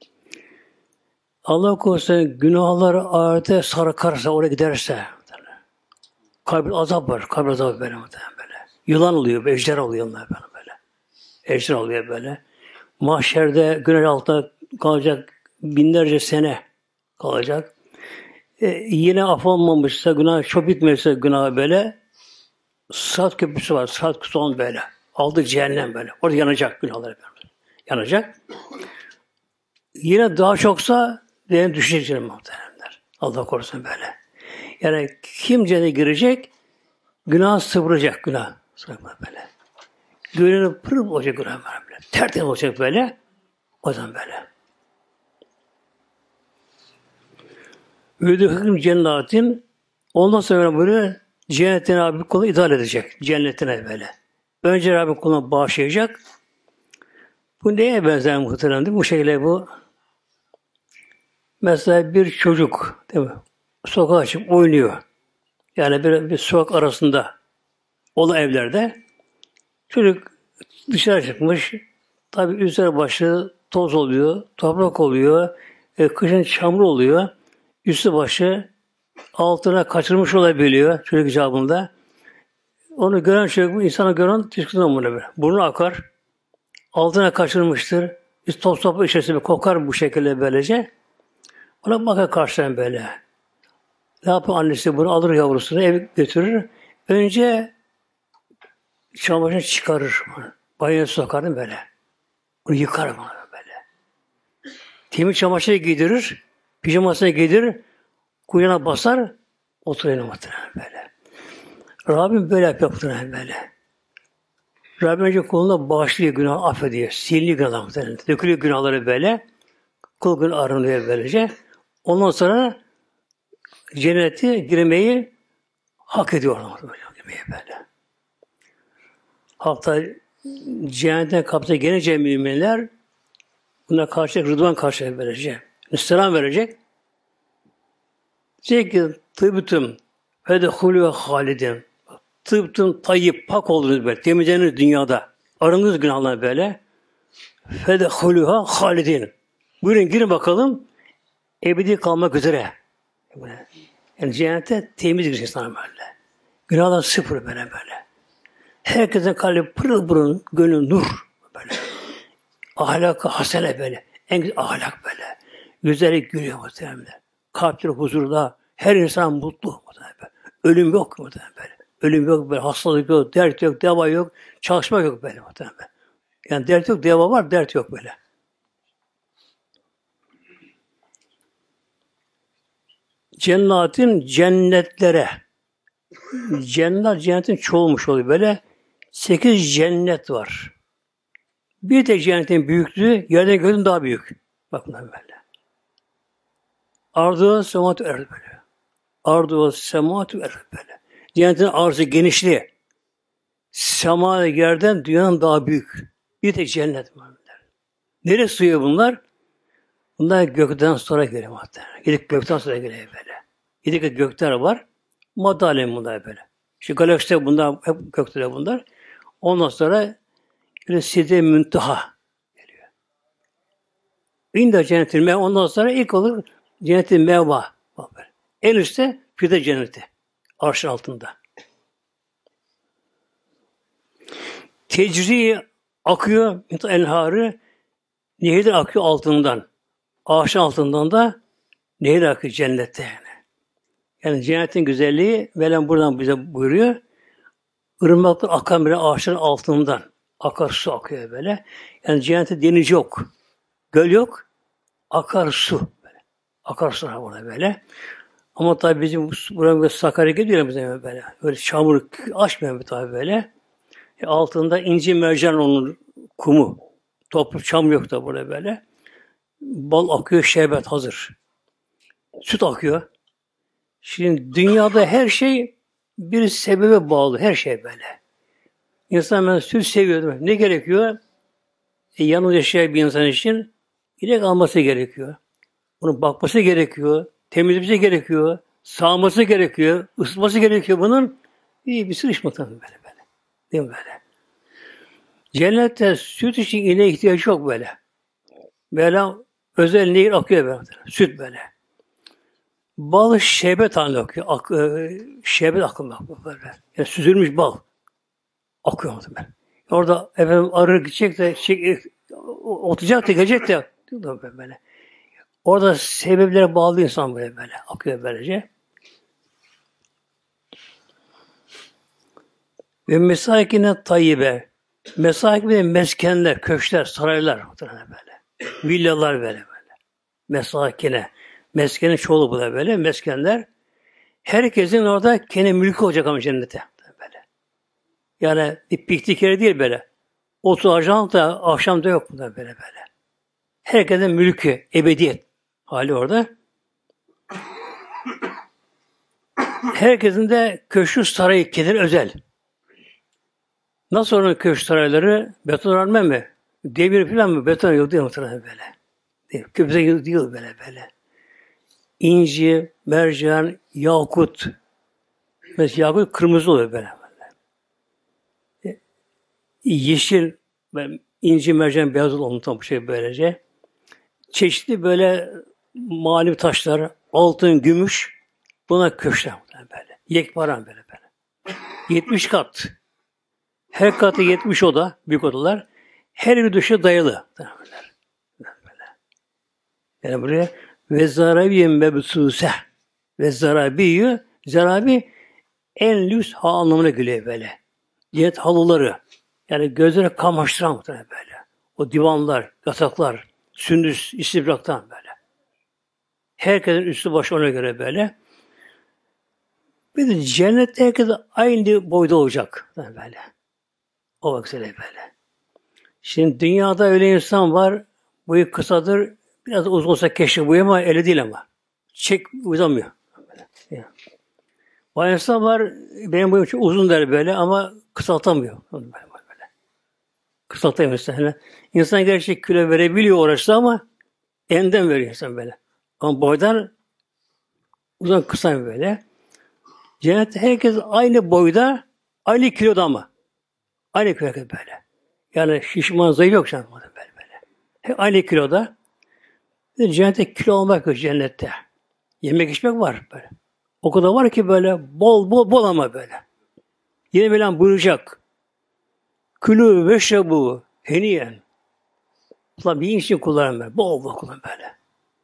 Allah korusun günahları ahirete sarkarsa, oraya giderse kabir azap var. Kabir azabı böyle böyle. Yılan oluyor, ejder oluyor onlar böyle böyle. Ejder oluyor böyle. Mahşerde güneş altında kalacak binlerce sene kalacak. E, yine affolmamışsa, günah çok bitmezse günah böyle Sırat köprüsü var. Sırat köprüsü böyle. Aldı cehennem böyle. Orada yanacak günahları böyle. Yanacak. Yine daha çoksa benim düşecek cehennem muhtemelenler. Allah korusun böyle. Yani kim cennete girecek günah sıvıracak günah. Sıvıracak böyle. Gönlünü pırıl olacak günah böyle. Tertemiz olacak böyle. O zaman böyle. Üdühüm cennetin ondan sonra böyle cennetin abi kulu idare edecek. Cennetine böyle. Önce Rabbim kuluna bağışlayacak. Bu neye benzer muhtemelen değil mi? Bu şekilde bu. Mesela bir çocuk değil mi? Sokağa çıkıp oynuyor. Yani bir, bir sokak arasında olan evlerde çocuk dışarı çıkmış. Tabii üzeri başı toz oluyor, toprak oluyor, e, kışın çamur oluyor. Üstü başı altına kaçırmış olabiliyor çocuk icabında. Onu gören çocuk, bu insanı gören tüskünden bunu böyle. Burnu akar, altına kaçırmıştır. Üst top topu içerisinde kokar bu şekilde böylece. Ona bakar karşıdan böyle. Ne yapıyor annesi bunu? Alır yavrusunu, eve götürür. Önce çamaşırını çıkarır. Banyoya sokar böyle. Bunu yıkar bana böyle. Temiz çamaşırı giydirir, pijamasını giydirir, kuyuna basar, oturuyor muhtemelen böyle. Rabbim böyle yapıyor muhtemelen böyle. Rabbim önce kuluna bağışlıyor, günah affediyor. Siliniyor günahlar muhtemelen. Dökülüyor günahları böyle. Kul gün arınıyor böylece. Ondan sonra cennete girmeyi hak ediyorlar. Girmeyi böyle. Hatta cehennetten kapıda gelince müminler buna karşı rıdvan karşı verecek. Selam verecek. Diyecek ki tıbtım fedehulü halidin. Tıbtım tayyip pak oldunuz böyle. Temizlenir dünyada. Arınız günahlar böyle. Fedehulüha halidin. Buyurun girin bakalım. Ebedi kalmak üzere. Yani cennete temiz girecek sana böyle. Günahlar sıfır böyle böyle. Herkesin kalbi pırıl pırıl, gönlü nur böyle. Ahlakı hasene böyle. En güzel ahlak böyle. Güzellik gülüyor muhtemelen. Kalpleri huzurda. Her insan mutlu muhtemelen. Ölüm yok muhtemelen böyle. Ölüm yok böyle. Hastalık yok, dert yok, deva yok. Çalışma yok böyle muhtemelen. Yani dert yok, deva var, dert yok böyle. Cennetin cennetlere. Cennet cennetin çoğulmuş oluyor böyle. Sekiz cennet var. Bir tek cennetin büyüklüğü yerden göğün daha büyük. Bakın böyle. Ardı sematü erdi böyle. Ardı sematü erdi böyle. Cennetin arzı genişliği. Sema yerden dünyanın daha büyük. Bir tek cennet var. Neresi sığıyor bunlar? Bunlar gökten sonra geliyor muhtemelen. Gidip gökten sonra geliyor böyle. Gidip gökler var. Madde alemi bunlar böyle. İşte galakside bunlar, hep gökte bunlar. Ondan sonra böyle Sidre Münteha. İnde cennetin meva. Ondan sonra ilk olur cennetin meva. En üstte fide cenneti. Arşın altında. Tecri akıyor enharı, nehirden akıyor altından. Ağaçın altından da nehir akıyor cennette yani. Yani cennetin güzelliği Mevlam buradan bize buyuruyor. Irmaklar akan böyle ağaçların altından. Akar su akıyor böyle. Yani cennette deniz yok. Göl yok. Akar su. Böyle. Akar su var burada böyle. Ama tabii bizim buraya böyle Sakarya gidiyor bize böyle. Öyle çamur açmıyor tabii böyle. E altında inci mercan onun kumu. Toprak çam yok da burada böyle. Bal akıyor, şerbet hazır. Süt akıyor. Şimdi dünyada her şey bir sebebe bağlı. Her şey böyle. İnsan ben süt seviyor. Ne gerekiyor? E, yalnız yaşayan bir insan için inek alması gerekiyor. Bunun bakması gerekiyor. Temizlemesi gerekiyor. Sağması gerekiyor. Isıtması gerekiyor bunun. İyi bir sürü iş muhtemelen böyle böyle. Değil mi böyle? Cennette süt için ineğe ihtiyaç yok böyle. Böyle özel nehir akıyor böyle. Süt böyle. Bal şerbet halinde akıyor. Ak, e, şerbet akıyor böyle. Yani süzülmüş bal. Akıyor böyle. Orada efendim arı gidecek de şey, otacak da gelecek de böyle. Orada sebeplere bağlı insan böyle böyle. Akıyor böylece. Ve mesakine tayyibe. Mesakine meskenler, köşkler, saraylar böyle. Villalar böyle böyle. Mesakine. Meskenin çoğulu bu da böyle. Meskenler. Herkesin orada kendi mülkü olacak ama cennete. Böyle. Yani bir piknik yeri değil böyle. Otur ajan da akşamda yok burada böyle böyle. Herkesin mülkü, ebediyet hali orada. Herkesin de köşkü sarayı kendine özel. Nasıl onun köşk sarayları? Beton örme mi? Demir falan mı? Beton yok değil muhtemelen böyle. Değil. Köpüze değil böyle böyle. İnci, mercan, yakut. Mesela yakut kırmızı oluyor böyle. böyle. Yeşil, inci, mercan, beyaz oluyor tam bu şey böylece. Çeşitli böyle manevi taşlar, altın, gümüş, buna köşkler böyle. Yekparan böyle böyle. yetmiş kat. Her katı yetmiş oda, büyük odalar. Her bir dışı dayalı. Böyle. Yani buraya ve zarabiye mebsuse ve zarabiyi zarabi en lüks ha anlamına geliyor böyle. Cennet halıları. Yani gözlere kamaştıran böyle. O divanlar, yataklar, sündüs, istibraktan böyle. Herkesin üstü başı ona göre böyle. Bir de cennette herkes aynı boyda olacak. Böyle. O vaktiyle böyle. Şimdi dünyada öyle insan var, boyu kısadır, biraz uzun olsa keşke boyu ama öyle değil ama. Çek uzamıyor. Yani. Bu insan var, benim boyum çok uzun der böyle ama kısaltamıyor. Böyle, böyle. Kısaltamıyor mesela. İnsan gerçek kilo verebiliyor uğraşsa ama enden veriyor insan böyle. Ama boydan uzun kısa böyle. Cennette herkes aynı boyda, aynı kiloda ama. Aynı kiloda böyle. Yani şişman zayıf yok canım böyle böyle. Hep aynı kiloda. Cennette kilo olmak yok cennette. Yemek içmek var böyle. O kadar var ki böyle bol bol bol ama böyle. Yine böyle buyuracak. Külü ve şebu heniyen. Ulan bir için kullanın böyle. Bol bol kullanın böyle.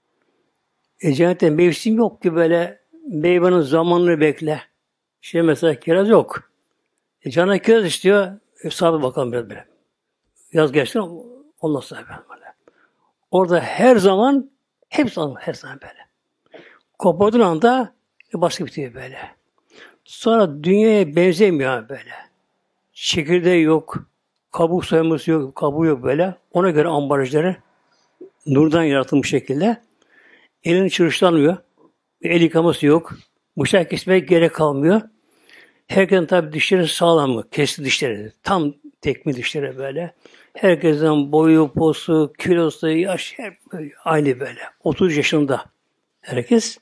E cennette mevsim yok ki böyle meyvenin zamanını bekle. Şey mesela kiraz yok. E cana kiraz istiyor. E, sahibi bakalım biraz böyle. Yaz geçti ondan sonra böyle. Orada her zaman hep zaman her zaman böyle. Kopardığın anda başka bitiyor böyle. Sonra dünyaya benzemiyor böyle. Çekirdeği yok. Kabuk soyması yok. Kabuğu yok böyle. Ona göre ambalajları nurdan yaratılmış şekilde. Elini çırışlanmıyor. El yıkaması yok. Bıçak kesmeye gerek kalmıyor. Herkesin tabi dişleri sağlam mı? Kesti dişleri. Tam tekme dişleri böyle. Herkesin boyu, posu, kilosu, yaş hep aynı böyle. otuz yaşında herkes.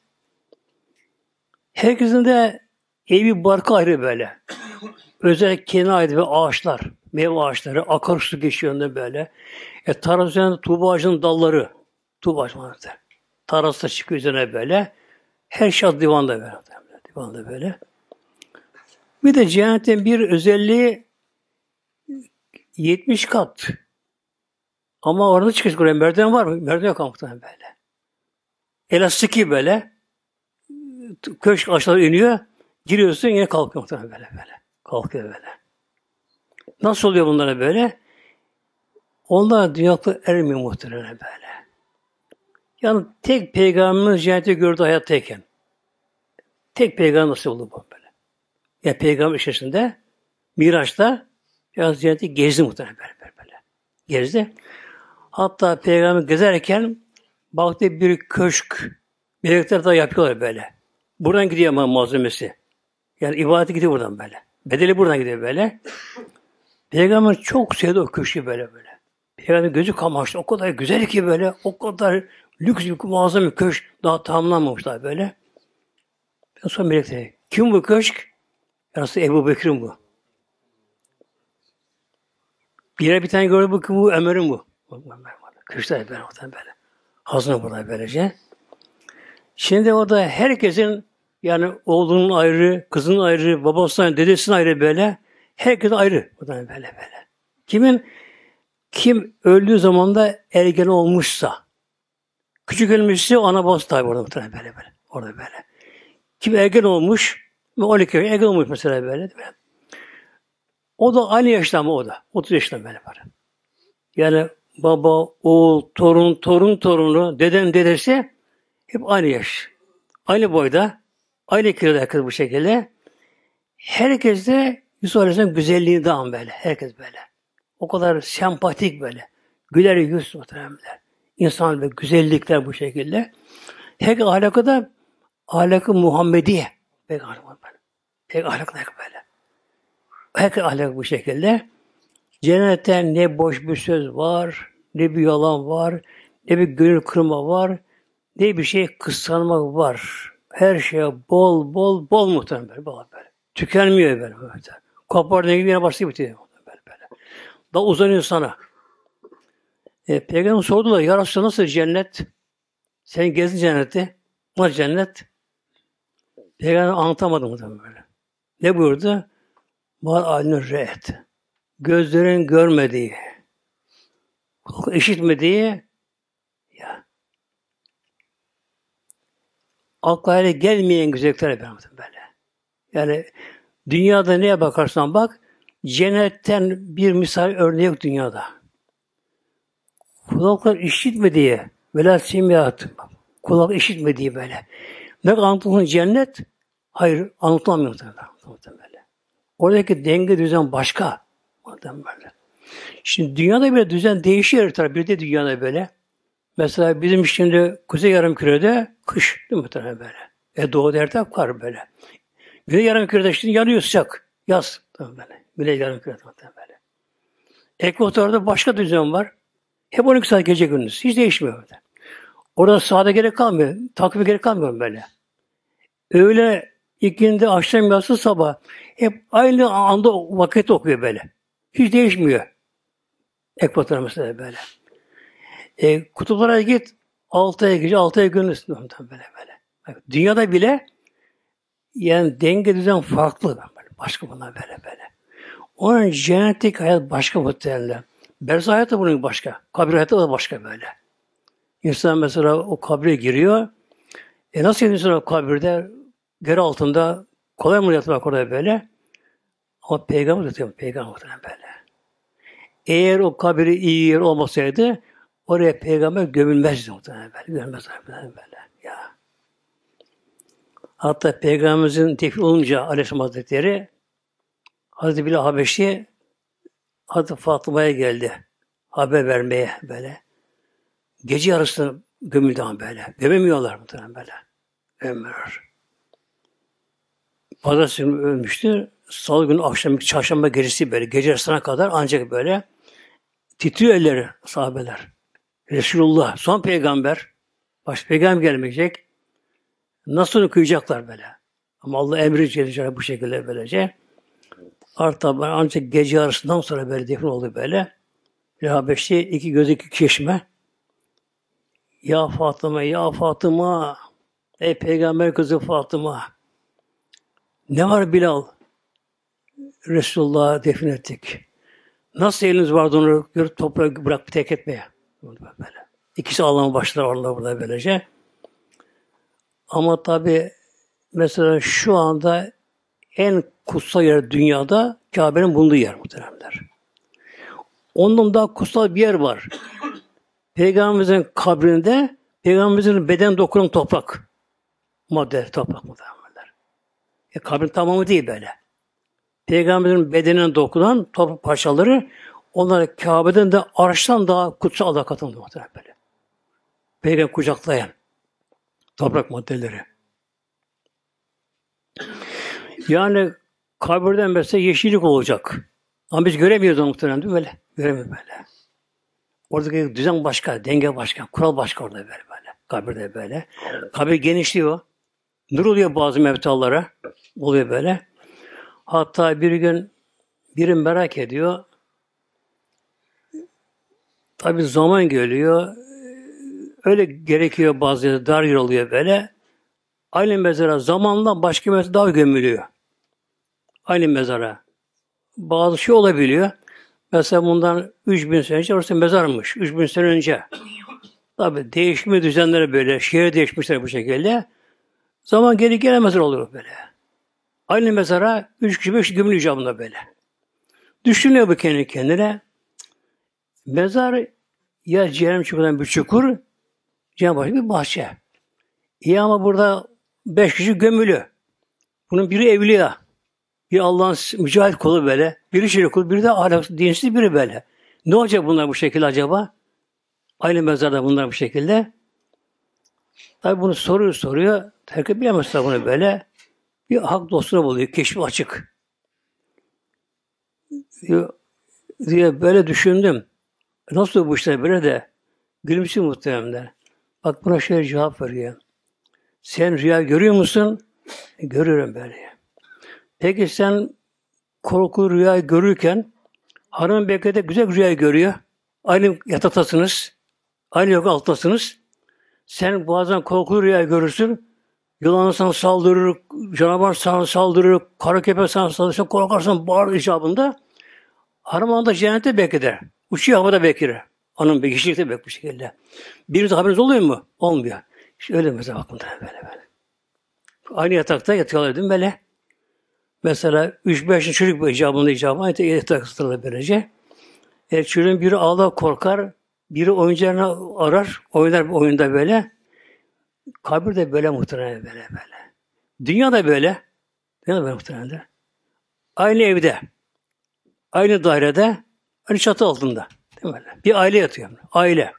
Herkesin de evi barkı ayrı böyle. Özel kendine ait ve ağaçlar, meyve ağaçları, akarsu geçiyor önünde böyle. E, tarafı üzerinde tuğba ağacının dalları. Tuğba açmaktır. Tarası çıkıyor üzerine böyle. Her şey divanda böyle. Divanda böyle. Bir de cehennetin bir özelliği yetmiş kat. Ama orada çıkış oraya merdiven var mı? Merdiven yok muhtemelen böyle. Elastik gibi böyle. Köşk aşağı iniyor. Giriyorsun yine kalkıyor muhtemelen böyle böyle. Kalkıyor böyle. Nasıl oluyor bunlara böyle? Onlar dünyaklı ermiyor muhtemelen böyle. Yani tek peygamberimiz cenneti gördü hayattayken. Tek peygamber nasıl oldu bu böyle? Yani peygamber içerisinde Miraç'ta biraz cenneti gezdi muhtemelen böyle, böyle, böyle. Gezdi. Hatta peygamber gezerken baktı bir köşk. Melekler daha yapıyorlar böyle. Buradan gidiyor ama malzemesi. Yani ibadeti gidiyor buradan böyle. Bedeli buradan gidiyor böyle. Peygamber çok sevdi o köşkü böyle böyle. Peygamber gözü kamaştı. O kadar güzel ki böyle. O kadar lüks bir muazzam bir köşk. Daha tamamlanmamışlar böyle. Sonra melek dedi. Kim bu köşk? Yarısı Ebu Bekir'in bu. Bir yere bir tane gördü bu. Bu Ömer'in bu. Köşkler böyle. böyle. Hazine burada böylece. Şimdi orada herkesin yani oğlunun ayrı, kızının ayrı, babasının, dedesinin ayrı böyle. Herkes ayrı. Buradan böyle böyle. Kimin kim öldüğü zaman da ergen olmuşsa, küçük ölmüşse ana babası tabi orada muhtemelen böyle böyle. Orada böyle. Kim ergen olmuş, on iki ergen olmuş mesela böyle. böyle. O da aynı yaşta ama o da. otuz yaşında böyle var. Yani baba, oğul, torun, torun, torunu, deden, dedesi hep aynı yaş. Aynı boyda. Aynı kiloda herkes bu şekilde. Herkes de Yusuf Aleyhisselam güzelliğini dağın böyle. Herkes böyle. O kadar sempatik böyle. Güler yüz muhtemelenler. İnsan ve güzellikler bu şekilde. Herkes ahlakı da ahlakı Muhammediye. Pek ahlakı böyle. Pek ahlakı böyle. Herkes ahlakı bu şekilde. Cennette ne boş bir söz var, ne bir yalan var, ne bir gönül kırma var, ne bir şey kıskanmak var. Her şeye bol bol bol muhtemelen böyle. Bol böyle. Tükenmiyor böyle. böyle. Kopardığın gibi yine başlayıp bitiyor. Böyle, böyle. Daha uzanıyor sana. E, Peygamber sordular. Ya Resulallah nasıl cennet? Sen gezdin cenneti. Nasıl cennet? Peygamber anlatamadı muhtemelen böyle. Ne buyurdu? Mal alnü re'et. Gözlerin görmediği, işitmediği, ya, akla gelmeyen güzellikler böyle. Yani dünyada neye bakarsan bak, cennetten bir misal örneği yok dünyada. Kulaklar işitmediği, velâ simyât, kulak işitmediği böyle. Ne anlatılır cennet? Hayır, anlatılamıyor böyle. Oradaki denge düzen başka. Böyle. Şimdi dünyada bile düzen değişiyor tabii. Bir de dünyada böyle. Mesela bizim şimdi Kuzey Yarımküre'de kış değil mi muhtemelen böyle. E doğu derde kar böyle. Güney Yarımküre'de şimdi yanıyor sıcak. Yaz tamam böyle. Güney Yarımküre'de muhtemelen böyle. Ekvatorda başka düzen var. Hep on iki saat gece gündüz. Hiç değişmiyor böyle. Orada sahada gerek kalmıyor. Takviye gerek kalmıyor böyle. Öğle, ikindi, akşam, yatsı, sabah. Hep aynı anda vakit okuyor böyle. Hiç değişmiyor. Ekvator mesela böyle. E, kutuplara git, altı ay gece, altı ay gündüz. Böyle böyle. Bak, dünyada bile yani denge düzen farklı. Böyle. Başka bunlar böyle böyle. Onun cennetteki hayat başka muhtemelen. Berzah hayatı da bunun başka. Kabir hayatı da başka böyle. İnsan mesela o kabre giriyor. E nasıl yatıyorsun o kabirde? Yer altında kolay mı yatmak orada böyle? Ama peygamber yatıyor. Peygamber böyle. Eğer o kabiri iyi yer olmasaydı oraya peygamber gömülmezdi muhtemelen böyle. Gömülmez böyle. Ya. Hatta peygamberimizin tekfir olunca Aleyhisselam Hazretleri Hazreti Bilal Habeşi Hazreti Fatıma'ya geldi. Haber vermeye böyle. Gece yarısı gömüldü ama böyle. Gömemiyorlar muhtemelen böyle. Gömüyorlar. Pazartesi günü ölmüştü. Salı günü akşam, çarşamba gecesi böyle. Gece yarısına kadar ancak böyle titriyor elleri sahabeler. Resulullah, son peygamber, baş peygamber gelmeyecek. Nasıl okuyacaklar böyle? Ama Allah emri gelince bu şekilde böylece. Artık ancak gece yarısından sonra böyle defin oldu böyle. Bir Habeşi iki göz iki çeşme. Ya Fatıma, ya Fatıma, ey peygamber kızı Fatıma. Ne var Bilal? Resulullah'ı defin ettik. Nasıl eliniz vardı onu görüp toprağa bırakıp tek etmeye? Böyle. İkisi ağlamaya başlar orada burada böylece. Ama tabi mesela şu anda en kutsal yer dünyada Kabe'nin bulunduğu yer muhteremler. Ondan daha kutsal bir yer var. Peygamberimizin kabrinde Peygamberimizin beden dokunan toprak. Madde toprak muhteremler. E, kabrin tamamı değil böyle. Peygamberin bedenine dokunan toprak parçaları onları Kabe'den de arştan daha kutsal Allah'a katıldı muhtemelen böyle. Peygamber kucaklayan toprak maddeleri. Yani kabirden mesela yeşillik olacak. Ama biz göremiyoruz onu muhtemelen değil mi böyle? Göremiyoruz böyle. Oradaki düzen başka, denge başka, kural başka orada böyle böyle. Kabirde böyle. Kabir genişliyor. Nur oluyor bazı mevtalara. Oluyor böyle. Hatta bir gün biri merak ediyor. Tabi zaman geliyor. Öyle gerekiyor bazı dar yer oluyor böyle. Aynı mezara zamanla başka mezara daha gömülüyor. Aynı mezara. Bazı şey olabiliyor. Mesela bundan üç bin sene önce orası mezarmış. üç bin sene önce. Tabi değişme düzenleri böyle. Şehir değişmişler bu şekilde. Zaman geri gelemez oluyor böyle. Aynı mezara üç kişi beş kişi gömülüyor icabında böyle. Düşünüyor bu kendi kendine. Mezar ya cehennem çukurundan bir çukur, Cenab-ı Hak bir bahçe. İyi ama burada beş kişi gömülü. Bunun biri evliya. Bir Allah'ın mücahit kulu böyle. Biri şirin kulu, biri de ahlaksız, dinsiz biri böyle. Ne olacak bunlar bu şekilde acaba? Aynı mezarda bunlar bu şekilde. Tabi bunu soruyor soruyor. Herkes bilemez tabi bunu böyle. Bir hak dostuna buluyor. Keşfi açık. Diyor, diye böyle düşündüm. Nasıl bu işler böyle de? Gülümsüyor muhteremler. Bak buna şöyle cevap veriyor. Sen rüya görüyor musun? E, görüyorum böyle. Peki sen korku rüya görürken hanım belki de güzel rüya görüyor. Aynı yataktasınız. Aynı yok alttasınız. Sen bazen korku rüya görürsün. Yılan sana saldırır, canavar sana saldırır, kara köpek sana saldırır, korkarsan bağır icabında. Hanım anda cennette bekler. Uçuyor havada bekler. Hanım bir kişilikte bekler bu şekilde. Bir de haberiniz oluyor mu? Olmuyor. İşte öyle mesela bakın böyle böyle. Aynı yatakta yatıyorlar değil mi böyle? Mesela üç beş çocuk bu icabında icabında aynı yatak ısıtırlar böylece. E, çocuğun biri ağlar korkar, biri oyuncağını arar, oynar oyunda böyle. Kabir de böyle muhtemelen böyle böyle. Dünya da böyle. Dünya da böyle muhtemelen. Aynı evde, aynı dairede, aynı çatı altında. Değil mi? Bir aile yatıyor. Aile.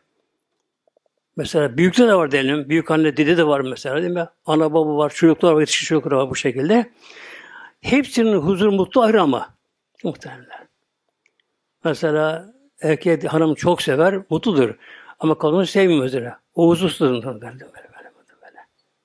Mesela büyükler de var diyelim. Büyük anne, dede de var mesela değil mi? Ana baba var, çocuklar var, yetişkin çocuklar var bu şekilde. Hepsinin huzur mutlu ayrı ama. Muhtemelen. Mesela erkek hanım çok sever, mutludur. Ama kadını sevmiyor mesela. O huzursuzdur. Böyle, böyle, böyle, böyle.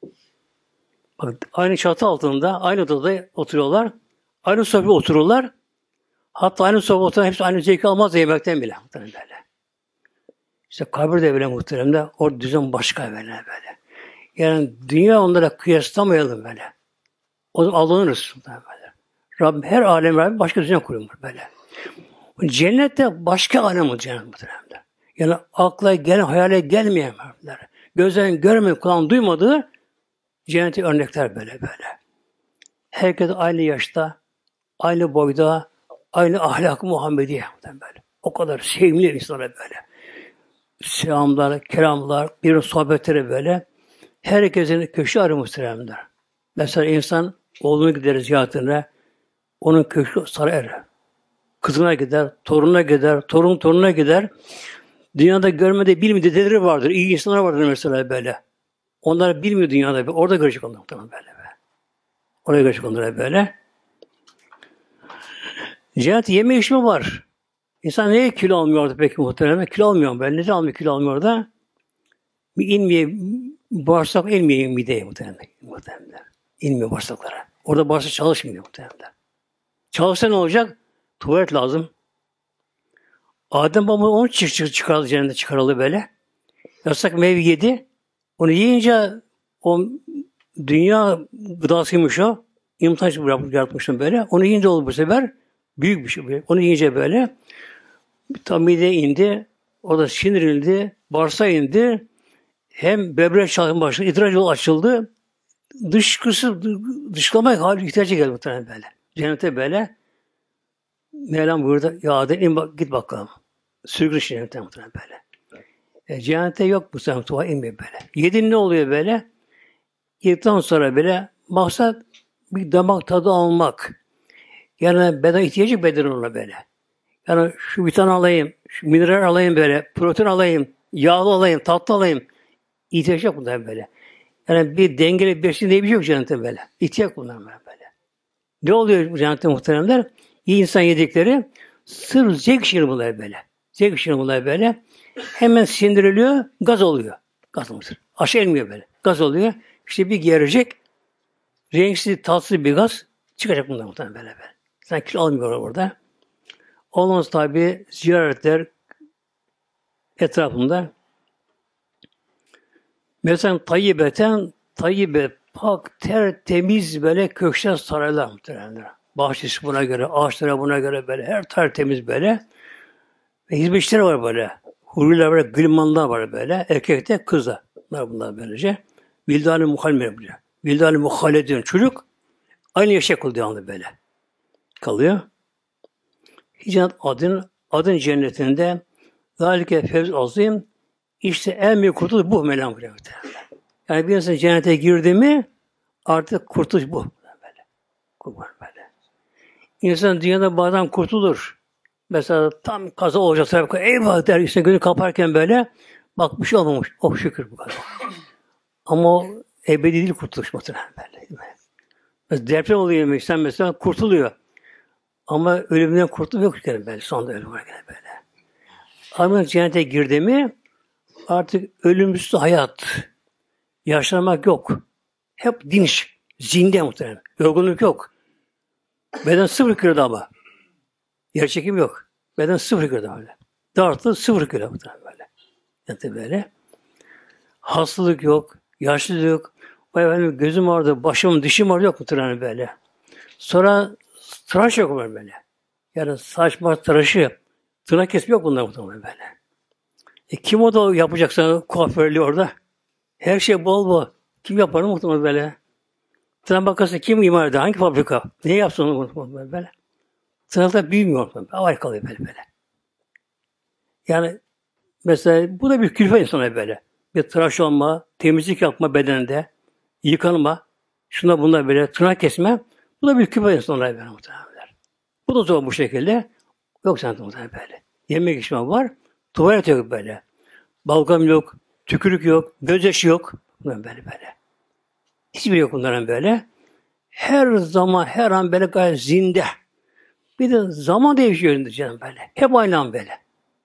Bak, aynı çatı altında, aynı odada oturuyorlar. Aynı sofrada otururlar. Hatta aynı sofrada oturan hepsi aynı zevki almaz yemekten bile. Böyle. İşte kabir de böyle muhteremde. Orada düzen başka böyle böyle. Yani dünya onlara kıyaslamayalım böyle. O zaman alınırız. Böyle. Rabbim her alem Rabbim başka düzen kuruyor böyle. Cennette başka alem o cennet muhteremde. Yani akla gelen, hayale gelmeyen Rabler. Gözden görmeyen, kulağın duymadığı cenneti örnekler böyle böyle. Herkes aynı yaşta, aynı boyda, aynı ahlak-ı Muhammediye böyle. O kadar sevimli insanlar böyle. Selamlar, kelamlar, bir sohbetleri böyle. Herkesin köşkü arı muhteremler. Mesela insan oğlunu gider ziyaretine, onun köşkü sarar. Kızına gider, torununa gider, torun torununa gider. Dünyada görmediği bilmediği dedeleri vardır. İyi insanlar vardır mesela böyle. Onlar bilmiyor dünyada. Orada görecek onlar böyle böyle. Oraya görecek onlara böyle. Cennet yeme içme var. İnsan neye kilo almıyor orada peki muhtemelen? Kilo almıyor böyle. Neden almıyor kilo almıyor orada? Bir inmiyor, bağırsak inmiyor mideye muhtemelen. muhtemelen. İnmiyor bağırsaklara. Orada bağırsak çalışmıyor muhtemelen. Çalışsa ne olacak? Tuvalet lazım. Adem baba onu çık çık çıkardı cennete çıkaralı böyle. Yasak meyve yedi. Onu yiyince o dünya gıdasıymış o. İmtihan yapmıştım böyle. Onu yiyince oldu bu sefer. Büyük bir şey. Onu yiyince böyle tam mideye indi. Orada sindirildi. Bağırsağa indi. Hem böbrek çalgın başladı. İdrar yolu açıldı. Dışkısı, dışlama hali ihtiyacı geldi muhtemelen böyle. Cennete böyle. Mevlam buyurdu. Ya Adem in bak, git bakalım. Sürgün cennete muhtemelen böyle. E, cennete yok bu sefer tuha inmiyor böyle. Yedin ne oluyor böyle? Yedikten sonra böyle maksat bir damak tadı almak. Yani beden ihtiyacı beden ona böyle. Yani şu vitamin alayım, şu mineral alayım böyle, protein alayım, yağlı alayım, tatlı alayım. İhtiyaç yok bunlar böyle. Yani bir dengeli besin diye bir şey yok cennette böyle. İhtiyaç bunlar böyle. Ne oluyor bu cennette muhteremler? İyi insan yedikleri sırf zevk işini bunlar böyle. Zevk işini bunlar böyle. Hemen sindiriliyor, gaz oluyor. Gaz mısır. Aşağı inmiyor böyle. Gaz oluyor. İşte bir gerecek, renksiz, tatsız bir gaz çıkacak bundan muhtemelen böyle. böyle. Sen kilo almıyor orada. Olmaz tabi ziyaretler etrafında. Mesela tayyibeten, tayyibe, pak, tertemiz böyle köşkler saraylar muhtemelen. Bahçesi buna göre, ağaçlara buna göre böyle, her tertemiz böyle. Ve hizmetçiler var böyle. Huriler var, gılmanlar var böyle. Erkekte kızlar. Bunlar bunlar böylece. Vildan-ı muhalme yapıyor. Vildan-ı muhalledin çocuk aynı yaşa kıldı devamlı böyle. Kalıyor. Hicret adın, adın cennetinde zalike fevz azim işte en büyük kurtuluş bu Mevlam buyuruyor. Yani bir insan cennete girdi mi artık kurtuluş bu. Böyle. Kurban böyle. İnsan dünyada bazen kurtulur. Mesela tam kaza olacak tabii. Eyvah der işte günü kaparken böyle bak bir şey olmamış. Oh şükür bu kadar. Ama o ebedi değil kurtuluş muhtemelen böyle. Mesela deprem oluyor insan mesela kurtuluyor. Ama ölümden kurtuluyor yok yani böyle. Sonunda ölüm var yani böyle. Ama cennete girdi mi artık ölümsüz hayat. Yaşlanmak yok. Hep dinç. Zinde muhtemelen. Yorgunluk yok. Beden sıfır kiloda ama. Yerçekim yok. Beden sıfır kiloda böyle. Dartlı sıfır kilo muhtemelen böyle. Yani böyle. Hastalık yok. Yaşlılık yok. Vay efendim gözüm ağrıdı, başım, dişim ağrıdı yok muhtemelen böyle. Sonra tıraş yok böyle. Yani saç baş tıraşı, tırnak kesimi yok bunlar muhtemelen böyle. E kim o da yapacaksa kuaförlüğü orada? Her şey bol bol. Kim yapar muhtemelen böyle? Tırnak makası kim imal eder? Hangi fabrika? Niye yapsın onu muhtemelen böyle? Tırnaklar büyümüyor muhtemelen. Havay kalıyor böyle böyle. Yani mesela bu da bir külfet insana böyle. Bir tıraş olma, temizlik yapma bedeninde, yıkanma, şuna bunlar böyle tırnak kesme. Bu da bir külfet insana böyle muhtemelen. Bu da zor bu şekilde. Yok sen muhtemelen böyle. Yemek içme var. Tuvalet yok böyle. Balgam yok. Tükürük yok. Gözyaşı yok. Bunlar böyle böyle. Hiçbir yok bunların böyle. Her zaman, her an böyle gayet zinde. Bir de zaman değişiyor canım böyle. Hep aynı an böyle.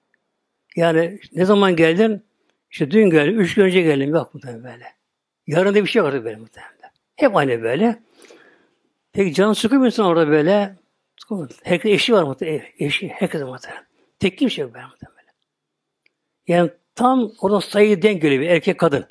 Yani ne zaman geldin? İşte dün geldim, üç gün önce geldim. Yok muhtemelen böyle. Yarın da bir şey vardı böyle muhtemelen. Hep aynı böyle. Peki canı sıkıyor musun orada böyle? Herkes eşi var muhtemelen. Eşi, herkes muhtemelen. Tek kimse yok böyle muhtemelen. Yani tam orada sayı denk geliyor. Bir erkek kadın.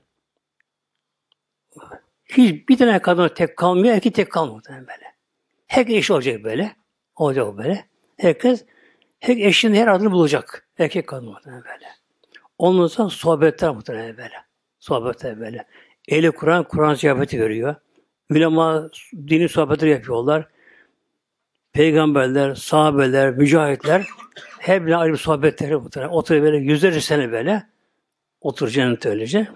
Hiç bir tane kadın tek kalmıyor, erkek tek kalmıyor muhtemelen böyle. Herkes eşi olacak böyle. Olacak böyle. Herkes her eşinin her adını bulacak. Erkek kadın muhtemelen böyle. Ondan sonra sohbetler muhtemelen böyle. Sohbetler böyle. Ehli Kur'an, Kur'an ziyafeti veriyor. Ulema dini sohbetler yapıyorlar. Peygamberler, sahabeler, mücahitler her birine ayrı bir sohbetleri muhtemelen. Oturuyor böyle yüzlerce sene böyle. Otur cennette öylece.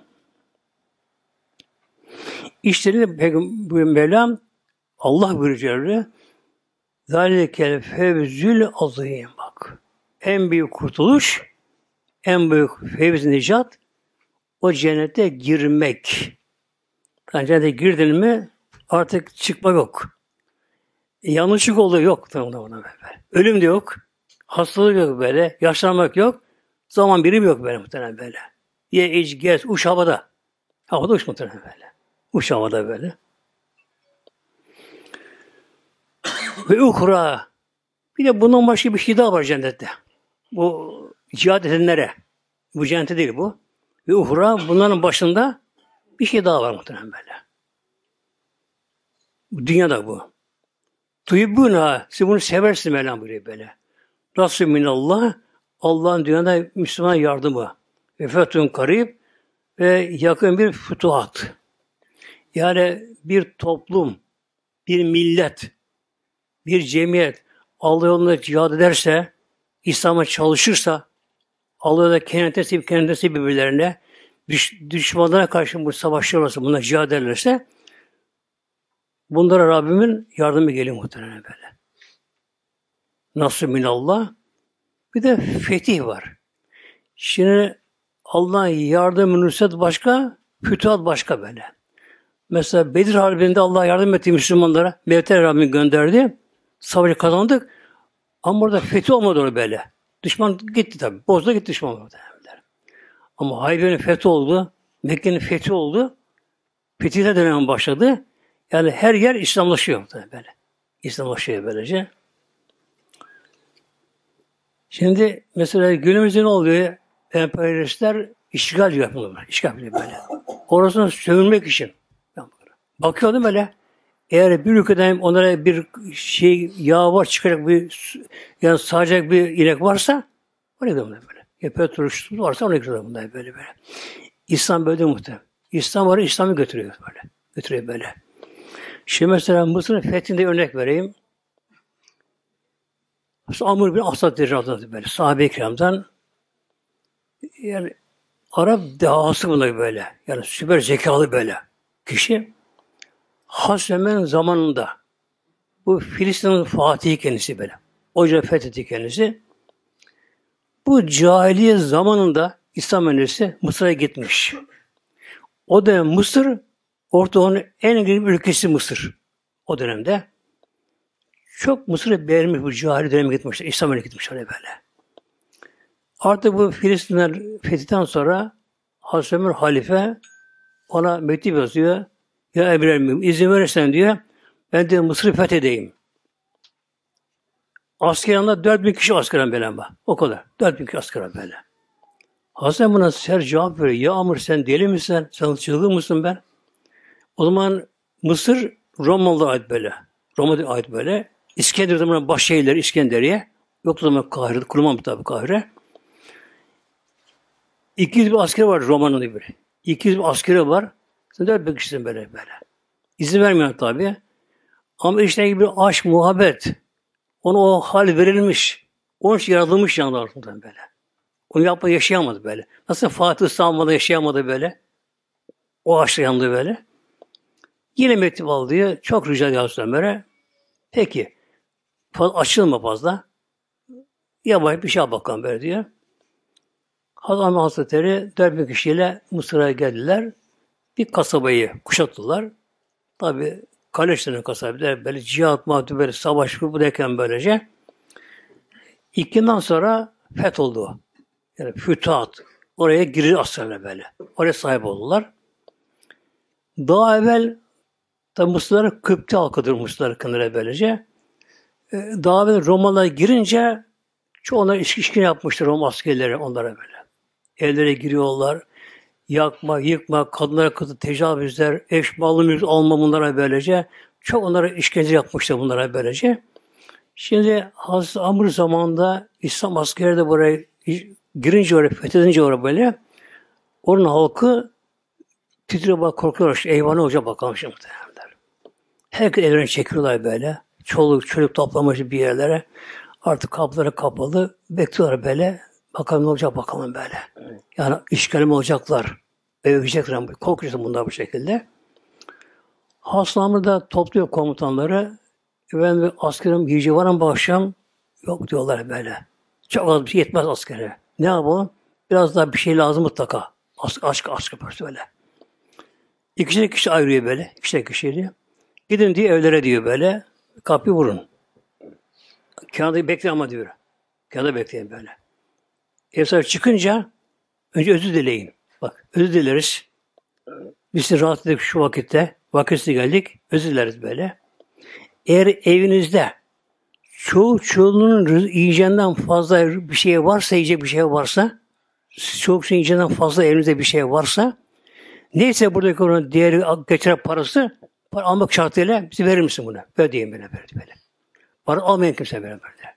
İşte bu Mevlam Allah buyuruyor. Zalikel fevzül azim bak. En büyük kurtuluş, en büyük fevz nicat o cennete girmek. Yani cennete girdin mi artık çıkma yok. E, yanlışlık oluyor yok. Ölüm de yok. Hastalık yok böyle. Yaşlanmak yok. Zaman birimi yok böyle muhtemelen böyle. Ye, iç, gez, uç havada. Havada uç muhtemelen böyle. Uç havada böyle. Ve ukra. Bir de bundan başka bir şey daha var cennette. Bu cihad edenlere. Bu cennette değil bu. ve uhra, bunların başında bir şey daha var muhtemelen böyle. Bu dünyada bu. Tuhibbûnâ, siz bunu seversiniz Mevlam buyuruyor böyle. Nasıl minallah, Allah'ın dünyada Müslüman yardımı. Ve fethun karib ve yakın bir fütuhat. Yani bir toplum, bir millet, bir cemiyet Allah yolunda cihad ederse, İslam'a çalışırsa, Allah yolunda kenetesi, kenetesi birbirlerine, düş, düşmanlara karşı bu savaşlar olursa, bunlar cihad ederlerse, bunlara Rabbimin yardımı geliyor muhtemelen böyle. Nasr minallah. Bir de fetih var. Şimdi Allah'ın yardımı, nusret başka, fütuhat başka böyle. Mesela Bedir Harbi'nde Allah yardım etti Müslümanlara. Mevter Rabbim gönderdi. Savaşı kazandık. Ama orada fethi olmadı orada böyle. Düşman gitti tabi. Bozdu gitti düşman orada. Ama Hayber'in fethi oldu. Mekke'nin fethi oldu. Fetihler dönemi başladı. Yani her yer İslamlaşıyor böyle. İslamlaşıyor böylece. Şimdi mesela günümüzde ne oluyor? Emperyalistler işgal yapıyorlar. İşgal yapıyor böyle. Orasını sömürmek için. Bakıyordum böyle. Eğer bir ülkeden onlara bir şey yağ var çıkacak bir yani sağacak bir inek varsa oraya gidiyorlar böyle. Ya petrol varsa oraya gidiyorlar bunlar böyle böyle. İslam böyle muhtemelen. İslam var, İslam'ı götürüyor böyle. Götürüyor böyle. Şimdi mesela Mısır'ın fethinde örnek vereyim. Amr bin Asad radıyallahu böyle. Sahabe-i kiramdan yani Arap dehası bunlar böyle. Yani süper zekalı böyle kişi. Hasremen zamanında bu Filistin'in Fatihi kendisi böyle. Oca fethetti kendisi. Bu cahiliye zamanında İslam öncesi Mısır'a gitmiş. O dönem Mısır Orta Doğu'nun en önemli ülkesi Mısır. O dönemde. Çok Mısır'ı beğenmiş bu cahiliye dönemi gitmişler. İslam öncesi gitmişler böyle. Artık bu Filistinler fethitten sonra Hazreti Ömer halife ona mektup yazıyor. Ya Emir el-Mümin izin verirsen diyor, ben de Mısır'ı fethedeyim. Asker yanında dört bin kişi askerim böyle ama. O kadar. Dört bin kişi askerim böyle. Hazreti buna ser cevap veriyor. Ya Amr sen deli misin? Sen çılgın mısın ben? O zaman Mısır Romalı'da ait böyle. Roma'da ait böyle. İskender zamanı baş şehirleri İskenderiye. Yok o zaman Kahire'de. Kurulmamış tabi Kahire. iki yüz bir asker var Roma'nın gibi. iki yüz bir askeri var. Sen dört bin kişisin böyle böyle. İzin vermiyor tabi. Ama işte bir aşk, muhabbet. Ona o hal verilmiş. Onun için yaratılmış yanında altından böyle. Onu yapma yaşayamadı böyle. Nasıl Fatih İstanbul'da yaşayamadı böyle. O aşkla yandı böyle. Yine mektup al diyor. Çok rica ediyor Ömer'e. Peki. Fazla açılma fazla. Yavaş bir şey bakalım böyle diyor. Hazreti Hazretleri dört bin kişiyle Mısır'a geldiler. Bir kasabayı kuşattılar. Tabi Kaleşler'in kasabeler böyle cihat, mağdur, böyle savaş grubu derken böylece. İkinden sonra feth oldu. Yani fütuhat. Oraya girir askerler böyle. Oraya sahip oldular. Daha evvel tabi Mısırlar Kıpti halkıdır Mısırlar kınırı böylece. Daha evvel Romalılar girince çoğu onlar işkişkin yapmıştır Roma askerleri onlara böyle. Evlere giriyorlar. Yakma, yıkma, kadınlara kızı tecavüzler, eş bağlı mülk alma bunlara böylece. Çok onlara işkence yapmıştır bunlara böylece. Şimdi Hazreti Amr zamanında İslam askeri de buraya girince oraya, fethedince oraya böyle onun halkı titriyor bak korkuyorlar. Eyvah ne olacak bakalım şimdi muhtemelenler. Herkes evlerine çekiyorlar böyle. Çoluk çocuk toplamış bir yerlere. Artık kapıları kapalı. Bekliyorlar böyle. Bakalım ne olacak bakalım böyle. Yani işgal mi olacaklar? Övecekler. Korkuyorsun bunlar bu şekilde. Haslamı da topluyor komutanları. Ben bir askerim yiyeceği var mı bu akşam? Yok diyorlar böyle. Çok az bir şey yetmez askere. Ne yapalım? Biraz daha bir şey lazım mutlaka. Ask, aşk aşk yaparsa böyle. İkişer kişi ayrıyor böyle. İkişer kişi diyor. Gidin diye evlere diyor böyle. Kapıyı vurun. Kenarda bekleyin ama diyor. Kenarda bekleyin böyle. Ev sahibi çıkınca önce özür dileyin. Bak özür dileriz. Biz sizi rahatsız ettik şu vakitte. Vakitsiz geldik. Özür dileriz böyle. Eğer evinizde çoğu çoğunluğun yiyeceğinden fazla bir şey varsa, yiyecek bir şey varsa çok şey inceden fazla elinizde bir şey varsa neyse buradaki onun değeri geçen parası para almak şartıyla bize verir misin bunu? Böyle diyeyim böyle böyle. böyle. Para almayan kimse böyle böyle.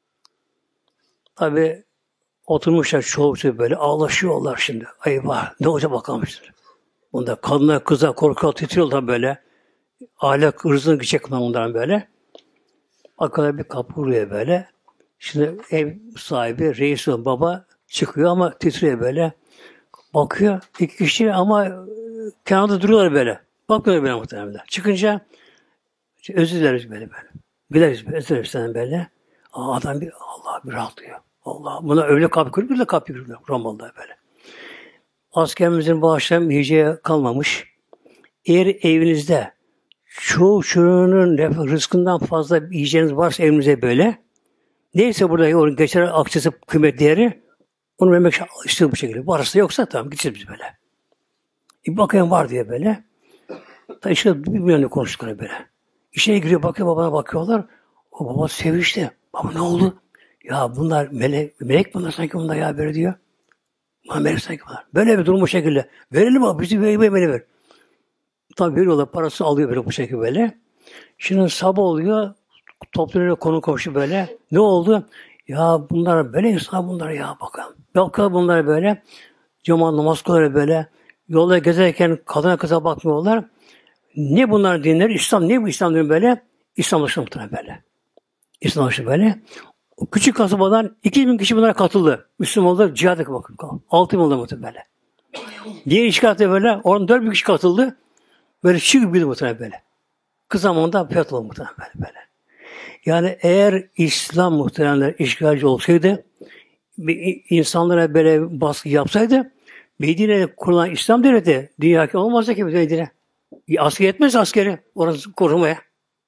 Tabi oturmuşlar çoğu böyle ağlaşıyorlar şimdi. Eyvah ne olacak bakalım işte. Bunda kadınlar kızlar korkuyor titriyorlar böyle. Ahlak hırzını gidecek bunların böyle. Arkada bir kapı vuruyor böyle. Şimdi ev sahibi, reis olan baba çıkıyor ama titriyor böyle. Bakıyor iki kişi ama kenarda duruyorlar böyle. Bakmıyor böyle muhtemelen. Çıkınca işte, özür dileriz böyle böyle. Bileriz böyle, özür dileriz sana böyle. Aa, adam bir Allah bir rahatlıyor. Allah buna öyle kapı kırıyor, bir de kapı kırıyor Romalı'da böyle. Askerimizin bu akşam yiyeceği kalmamış. Eğer evinizde çoğu çocuğunun rızkından fazla yiyeceğiniz varsa evinize böyle. Neyse burada onun geçer akçesi kıymet değeri onu vermek istiyor bu şekilde. Varsa yoksa tamam gideceğiz biz böyle. E bakayım var diye böyle. Ta işte bilmiyorum konuştukları böyle. İşe giriyor bakıyor babana bakıyorlar. O baba sevinçli. Baba ne oldu? Ya bunlar melek, melek bunlar sanki bunlar ya böyle diyor. Bunlar melek sanki bunlar. Böyle bir durum bu şekilde. Verelim abi bizi ver, ver, ver. Tabii veriyorlar parası alıyor böyle bu şekilde böyle. Şimdi sabah oluyor. Toplanıyor konu komşu böyle. Ne oldu? Ya bunlar böyle insan bunlar ya bakalım. Bakalım bunlar böyle. Cemaat namaz kılıyor böyle. Yolda gezerken kadına kıza bakmıyorlar. Ne bunlar dinler? İslam ne bu İslam diyor böyle? İslamlaşma muhtemelen böyle. İslamlaşma böyle. O küçük kasabadan iki bin kişi bunlara katıldı. Müslüman oldular. Cihada bakın. Altı bin oldu muhtemelen böyle. Diğer işgalde böyle. Oradan dört bin kişi katıldı. Böyle şık bir bildi muhtemelen böyle. Kısa zamanda fiyat oldu muhtemelen böyle. böyle. Yani eğer İslam muhtemelen işgalci olsaydı, insanlara böyle baskı yapsaydı, Medine'de kurulan İslam devleti dünya hakim olmazdı ki Medine. Asker yetmez askeri orası korumaya.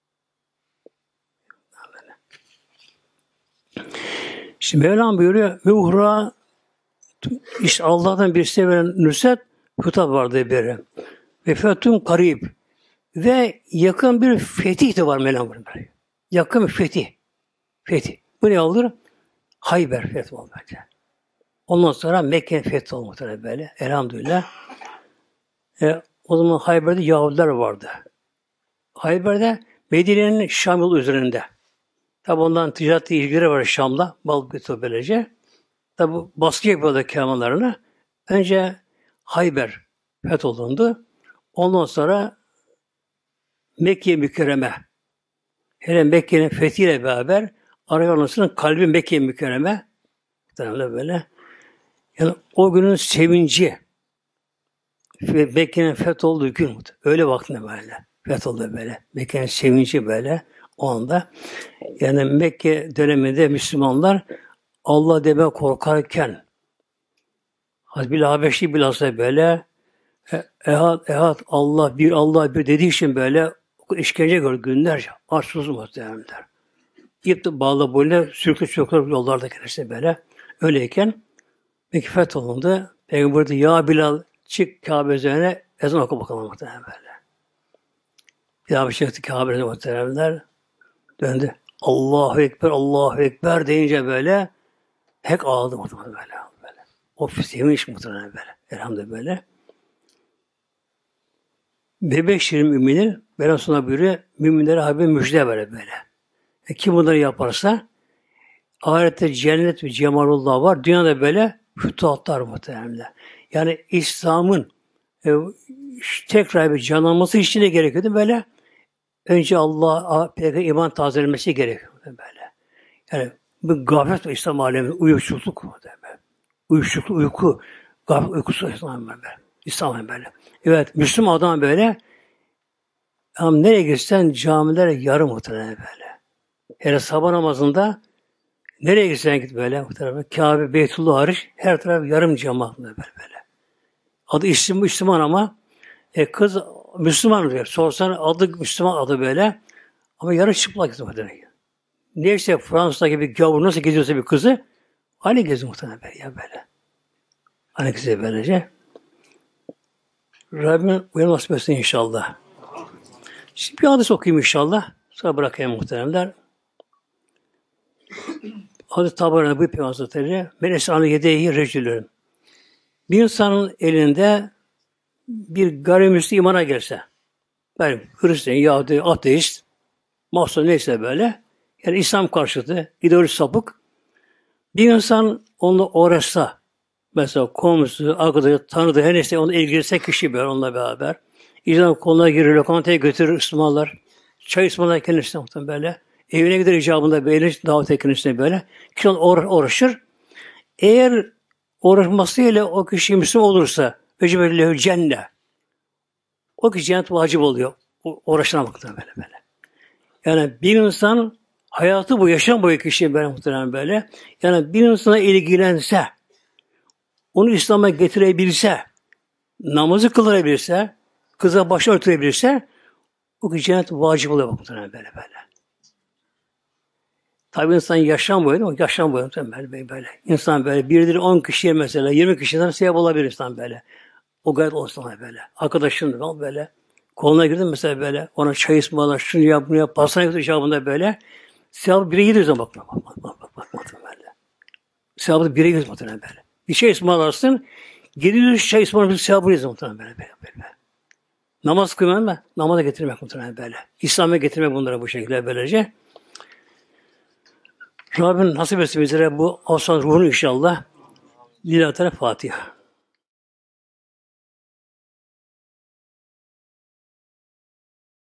Şimdi Mevlam buyuruyor ve uhra işte Allah'tan bir size veren nüset hitap vardı beri. Ve fetun karib ve yakın bir fetih de var Mevlam buyuruyor. Yakın bir fetih. Fetih. Bu ne olur? Hayber fetih oldu bence. Ondan sonra Mekke fetih oldu böyle. Elhamdülillah. E, o zaman Hayber'de Yahudiler vardı. Hayber'de Medine'nin Şam yolu üzerinde. Tabi ondan ticaret ilgileri var Şam'la. Bal götürüyor böylece. Tabi baskı yapıyorlar kâmalarını. Önce Hayber fetholundu. Ondan sonra Mekke mükerreme. Hele Mekke'nin fethiyle beraber Arayanlısının kalbi Mekke mükerreme. Böyle. Yani o günün sevinci ve Mekke'nin fetholduğu gün öyle vaktinde böyle. Fetholdu böyle. Mekke'nin sevinci böyle. O anda. Yani Mekke döneminde Müslümanlar Allah deme korkarken Hazbil Habeşi bilhassa böyle ehad ehad Allah bir Allah bir dediği için böyle işkence gördü günlerce. Arsuz muhtemelenler. Gitti bağla boyuna sürükle çocuklar yollarda kendisi böyle. Öyleyken Mekke fetholundu. Peygamber de ya Bilal çık Kabe üzerine ezan oku bakalım muhtemelen böyle. Bir daha bir çıktı Kabe üzerine muhtemelenler. Döndü. Allahu Ekber, Allahu Ekber deyince böyle hek ağladı muhtemelen böyle. böyle. O sevinç muhtemelen böyle. Elhamdülillah böyle. Bebeşir müminler böyle sonra buyuruyor. Müminlere haber müjde böyle böyle. E, kim bunları yaparsa ahirette cennet ve cemalullah var. Dünyada böyle fütuhatlar muhtemelen. Yani İslam'ın e, tekrar bir canlanması için de gerekiyordu böyle. Önce Allah'a peygamber iman tazelemesi gerekiyor böyle. Yani bu gaflet ve İslam aleminin uyuşukluk böyle. Uyuşukluk, uyku, gaflet uykusu İslam böyle. İslam böyle. Evet, Müslüman adam böyle. Ama nereye gitsen camiler yarım muhtemelen böyle. Hele sabah namazında nereye gitsen git böyle muhtemelen. Kabe, Beytullah hariç her taraf yarım cemaat böyle böyle. Adı İslam, Müslüman ama e, kız Müslüman diyor. Sorsan adı Müslüman adı böyle. Ama yarı çıplak kız muhtemelen. Neyse Fransa'da gibi gavur nasıl geziyorsa bir kızı aynı geziyor muhtemelen böyle. Ya böyle. Aynı kızı böylece. Rabbim uyanması versin inşallah. Şimdi bir hadis okuyayım inşallah. Sonra bırakayım muhteremler. Hadis tabarına bu Peygamber Hazretleri men es'anı yedeyi recülün. Bir insanın elinde bir gayrimüslim imana gelse, yani Hristiyan, Yahudi, ateist, Mason neyse böyle, yani İslam karşıtı, ideolojik sapık, bir insan onunla uğraşsa, mesela komşusu, arkadaşı, tanıdığı, her neyse onunla ilgilise kişi böyle onunla beraber, İcra konulara girir, lokantaya götürür Müslümanlar, çay ısmarlar kendisine muhtemelen böyle, evine gider icabında böyle, davet kendisine böyle, kişi onunla uğraşır. Eğer uğraşmasıyla o kişi Müslüman olursa, vecibellehü cennet, o kişi cennet vacip oluyor. Uğraşına muhtemelen böyle böyle. Yani bir insan hayatı bu, yaşam boyu kişi böyle muhtemelen böyle. Yani bir insana ilgilense, onu İslam'a getirebilse, namazı kılabilse, kıza başı örtülebilirse, o kişi cennet vacip oluyor muhtemelen böyle böyle. Tabi insan yaşam boyu değil mi? Yaşam boyu muhtemelen böyle böyle. İnsan böyle birdir on kişiye mesela, yirmi kişiden sebep olabilir insan böyle. O gayet olsun böyle. Arkadaşın böyle. Koluna girdin mesela böyle. Ona çay ısmarlar, şunu yap, bunu yap. Pastane götür icabında böyle. Sevabı bire gidiyor bak. Bak bak bak bak bak bak böyle. Sevabı bire gidiyor muhtemelen böyle. Bir şey ısmarlarsın. yedi yüz şey ısmarlarsın. Sevabı gidiyor muhtemelen böyle, böyle, böyle. Namaz kılmak mı? Namaza getirmek muhtemelen böyle. İslam'a getirmek bunlara bu şekilde böylece. Rabbim nasip etsin bizlere bu Aslan ruhunu inşallah. Lillahi Teala Fatiha.